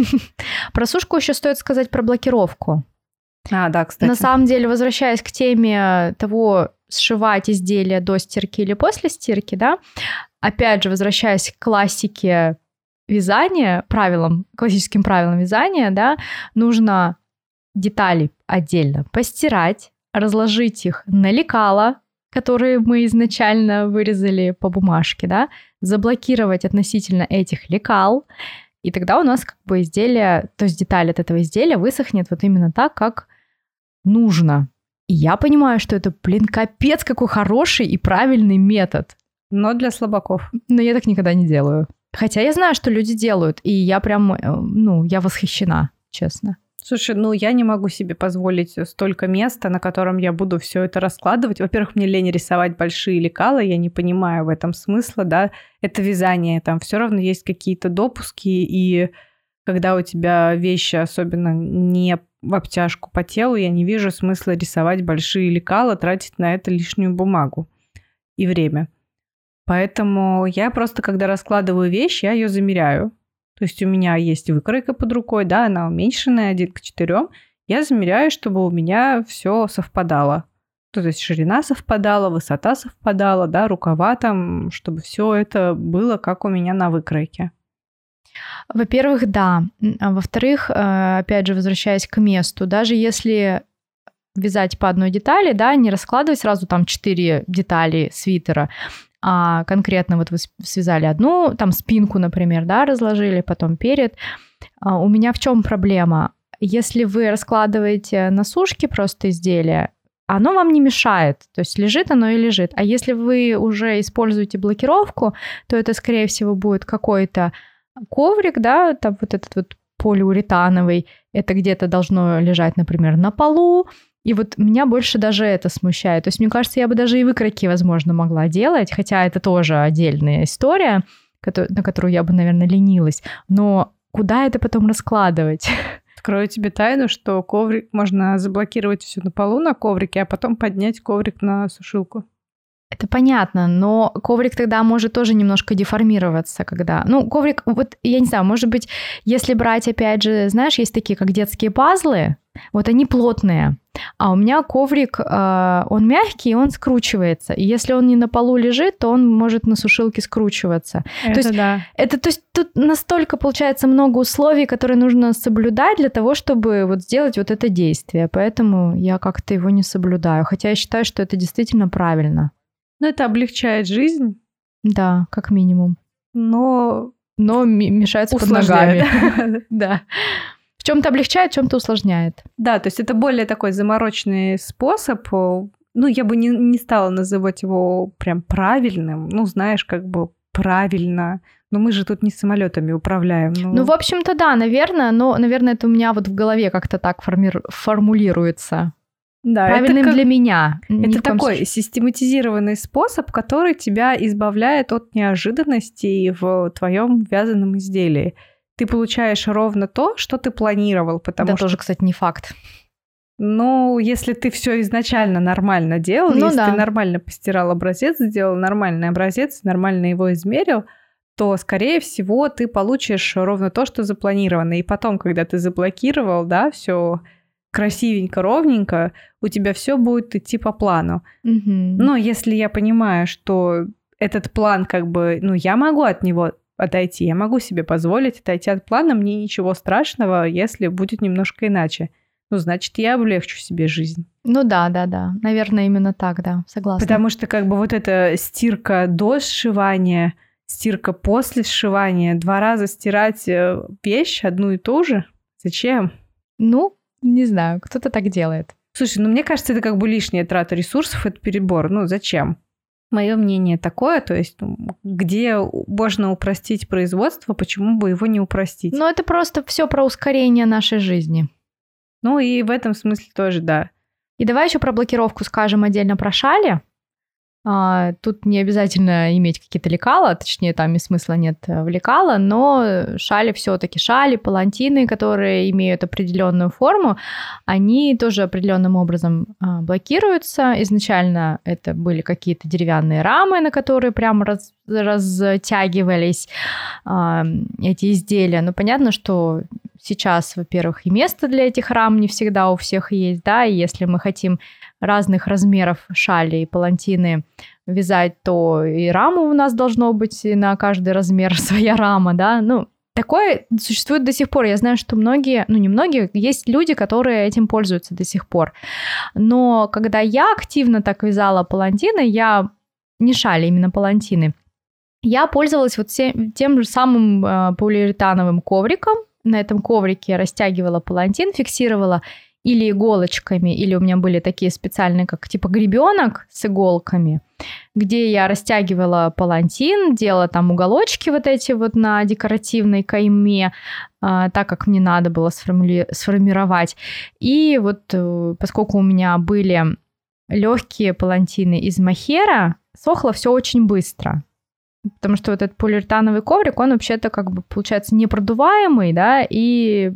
Про сушку еще стоит сказать про блокировку. А, да, кстати. На самом деле, возвращаясь к теме того, сшивать изделие до стирки или после стирки, да, опять же, возвращаясь к классике вязания, правилам, классическим правилам вязания, да, нужно детали отдельно постирать, разложить их на лекала, которые мы изначально вырезали по бумажке, да, заблокировать относительно этих лекал, и тогда у нас как бы изделие, то есть деталь от этого изделия высохнет вот именно так, как нужно. И я понимаю, что это, блин, капец какой хороший и правильный метод. Но для слабаков. Но я так никогда не делаю. Хотя я знаю, что люди делают, и я прям, ну, я восхищена, честно. Слушай, ну я не могу себе позволить столько места, на котором я буду все это раскладывать. Во-первых, мне лень рисовать большие лекала, я не понимаю в этом смысла, да. Это вязание, там все равно есть какие-то допуски, и когда у тебя вещи особенно не в обтяжку по телу, я не вижу смысла рисовать большие лекала, тратить на это лишнюю бумагу и время. Поэтому я просто, когда раскладываю вещь, я ее замеряю. То есть у меня есть выкройка под рукой, да, она уменьшенная, один к четырем. Я замеряю, чтобы у меня все совпадало. То есть ширина совпадала, высота совпадала, да, рукава там, чтобы все это было как у меня на выкройке. Во-первых, да. А во-вторых, опять же, возвращаясь к месту, даже если вязать по одной детали, да, не раскладывать сразу там четыре детали свитера, а конкретно вот вы связали одну, там спинку, например, да, разложили, потом перед. А у меня в чем проблема? Если вы раскладываете на сушке просто изделие, оно вам не мешает, то есть лежит оно и лежит. А если вы уже используете блокировку, то это, скорее всего, будет какой-то коврик, да, там вот этот вот полиуретановый, это где-то должно лежать, например, на полу. И вот меня больше даже это смущает. То есть, мне кажется, я бы даже и выкройки, возможно, могла делать, хотя это тоже отдельная история, на которую я бы, наверное, ленилась. Но куда это потом раскладывать? Открою тебе тайну, что коврик можно заблокировать все на полу на коврике, а потом поднять коврик на сушилку. Это понятно, но коврик тогда может тоже немножко деформироваться, когда... Ну, коврик, вот, я не знаю, может быть, если брать, опять же, знаешь, есть такие, как детские пазлы, вот они плотные, а у меня коврик, э, он мягкий, он скручивается, и если он не на полу лежит, то он может на сушилке скручиваться. Это то есть, да. Это, то есть тут настолько, получается, много условий, которые нужно соблюдать для того, чтобы вот сделать вот это действие, поэтому я как-то его не соблюдаю, хотя я считаю, что это действительно правильно. Ну, это облегчает жизнь. Да, как минимум. Но... Но мешается под ногами. Да. В чем-то облегчает, в чем-то усложняет. Да, то есть это более такой замороченный способ. Ну, я бы не, не стала называть его прям правильным. Ну, знаешь, как бы правильно. Но мы же тут не самолетами управляем. Ну, ну в общем-то, да, наверное. Но, наверное, это у меня вот в голове как-то так форми- формулируется. Да, правильным это как... для меня. Это такой случае. Систематизированный способ, который тебя избавляет от неожиданностей в твоем вязаном изделии. Ты получаешь ровно то, что ты планировал, потому да, что... тоже, кстати, не факт. Ну, если ты все изначально нормально делал, ну, если да. ты нормально постирал образец, сделал нормальный образец, нормально его измерил, то, скорее всего, ты получишь ровно то, что запланировано. И потом, когда ты заблокировал, да, все красивенько, ровненько, у тебя все будет идти по плану. Mm-hmm. Но если я понимаю, что этот план, как бы, ну, я могу от него отойти, я могу себе позволить отойти от плана, мне ничего страшного, если будет немножко иначе. Ну, значит, я облегчу себе жизнь. Ну да, да, да. Наверное, именно так, да. Согласна. Потому что как бы вот эта стирка до сшивания, стирка после сшивания, два раза стирать вещь одну и ту же, Зачем? Ну, не знаю, кто-то так делает. Слушай, ну мне кажется, это как бы лишняя трата ресурсов, это перебор. Ну зачем? Мое мнение такое, то есть где можно упростить производство, почему бы его не упростить? Ну, это просто все про ускорение нашей жизни. Ну и в этом смысле тоже, да. И давай еще про блокировку скажем отдельно про шали. А, тут не обязательно иметь какие-то лекала, точнее, там и смысла нет в лекала, но шали все-таки шали, палантины, которые имеют определенную форму, они тоже определенным образом а, блокируются. Изначально это были какие-то деревянные рамы, на которые прямо раз, растягивались а, эти изделия. Но понятно, что сейчас, во-первых, и место для этих рам не всегда у всех есть, да, и если мы хотим разных размеров шали и палантины вязать, то и раму у нас должно быть на каждый размер своя рама, да, ну, такое существует до сих пор. Я знаю, что многие, ну, не многие, есть люди, которые этим пользуются до сих пор. Но когда я активно так вязала палантины, я не шали, именно палантины, я пользовалась вот тем, тем же самым э, полиуретановым ковриком. На этом коврике растягивала палантин, фиксировала или иголочками, или у меня были такие специальные, как типа гребенок с иголками, где я растягивала палантин, делала там уголочки вот эти вот на декоративной кайме, а, так как мне надо было сформули- сформировать. И вот поскольку у меня были легкие палантины из мохера, сохло все очень быстро. Потому что вот этот полиуретановый коврик, он вообще-то как бы получается непродуваемый, да, и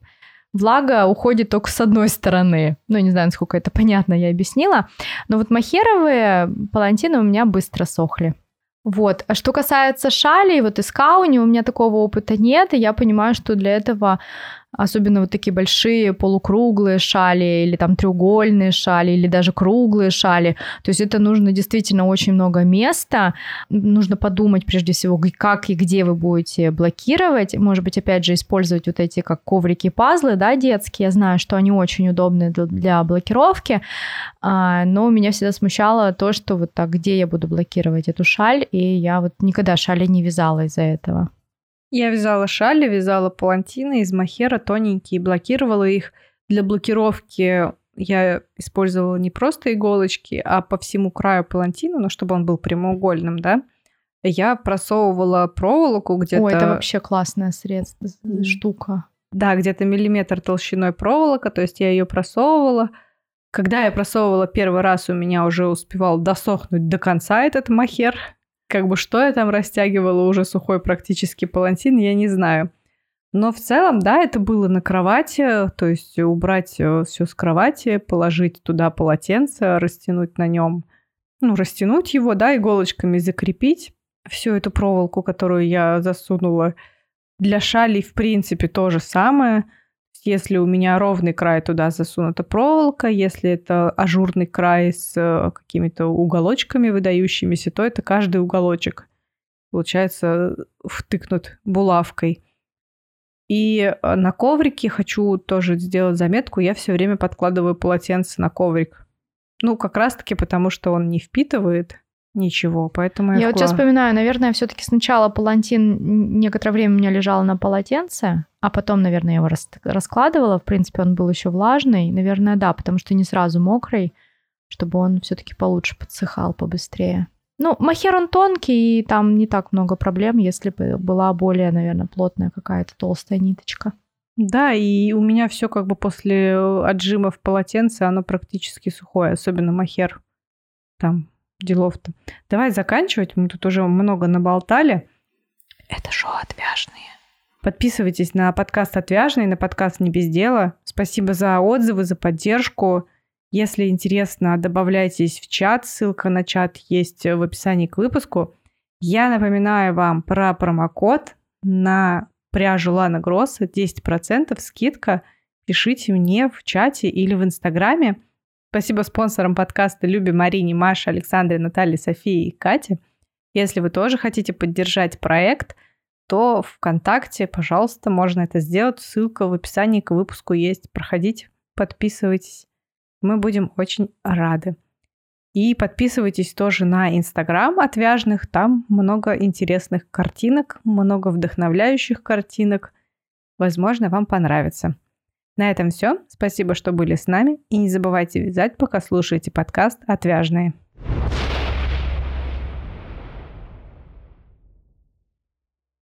влага уходит только с одной стороны. Ну, не знаю, насколько это понятно, я объяснила. Но вот мохеровые палантины у меня быстро сохли. Вот. А что касается шалей, вот из кауни у меня такого опыта нет, и я понимаю, что для этого особенно вот такие большие полукруглые шали или там треугольные шали или даже круглые шали. То есть это нужно действительно очень много места. Нужно подумать прежде всего, как и где вы будете блокировать. Может быть, опять же, использовать вот эти как коврики-пазлы, да, детские. Я знаю, что они очень удобны для блокировки, но меня всегда смущало то, что вот так, где я буду блокировать эту шаль, и я вот никогда шали не вязала из-за этого. Я вязала шали, вязала палантины из мохера тоненькие, блокировала их. Для блокировки я использовала не просто иголочки, а по всему краю палантина, ну, чтобы он был прямоугольным, да. Я просовывала проволоку где-то... О, это вообще классное средство, штука. Да, где-то миллиметр толщиной проволока, то есть я ее просовывала. Когда я просовывала первый раз, у меня уже успевал досохнуть до конца этот мохер. Как бы что я там растягивала, уже сухой практически палантин, я не знаю. Но в целом, да, это было на кровати, то есть убрать все с кровати, положить туда полотенце, растянуть на нем, ну, растянуть его, да, иголочками закрепить всю эту проволоку, которую я засунула. Для шалей, в принципе, то же самое. Если у меня ровный край, туда засунута проволока. Если это ажурный край с какими-то уголочками выдающимися, то это каждый уголочек, получается, втыкнут булавкой. И на коврике хочу тоже сделать заметку. Я все время подкладываю полотенце на коврик. Ну, как раз-таки потому, что он не впитывает ничего, поэтому я... Я вкла... вот сейчас вспоминаю, наверное, все-таки сначала палантин некоторое время у меня лежал на полотенце, а потом, наверное, я его рас- раскладывала. В принципе, он был еще влажный. Наверное, да, потому что не сразу мокрый, чтобы он все-таки получше подсыхал побыстрее. Ну, мохер он тонкий, и там не так много проблем, если бы была более, наверное, плотная какая-то толстая ниточка. Да, и у меня все как бы после отжима в полотенце, оно практически сухое, особенно мохер. Там делов-то. Давай заканчивать, мы тут уже много наболтали. Это шоу «Отвяжные». Подписывайтесь на подкаст «Отвяжные», на подкаст «Не без дела». Спасибо за отзывы, за поддержку. Если интересно, добавляйтесь в чат. Ссылка на чат есть в описании к выпуску. Я напоминаю вам про промокод на пряжу Лана Гросса. десять процентов скидка. Пишите мне в чате или в Инстаграме. Спасибо спонсорам подкаста Любе, Марине, Маше, Александре, Наталье, Софии и Кате. Если вы тоже хотите поддержать проект, то ВКонтакте, пожалуйста, можно это сделать. Ссылка в описании к выпуску есть. Проходите, подписывайтесь. Мы будем очень рады. И подписывайтесь тоже на Инстаграм Отвяжных. Там много интересных картинок, много вдохновляющих картинок. Возможно, вам понравится. На этом все. Спасибо, что были с нами. И не забывайте вязать, пока слушаете подкаст «Отвяжные».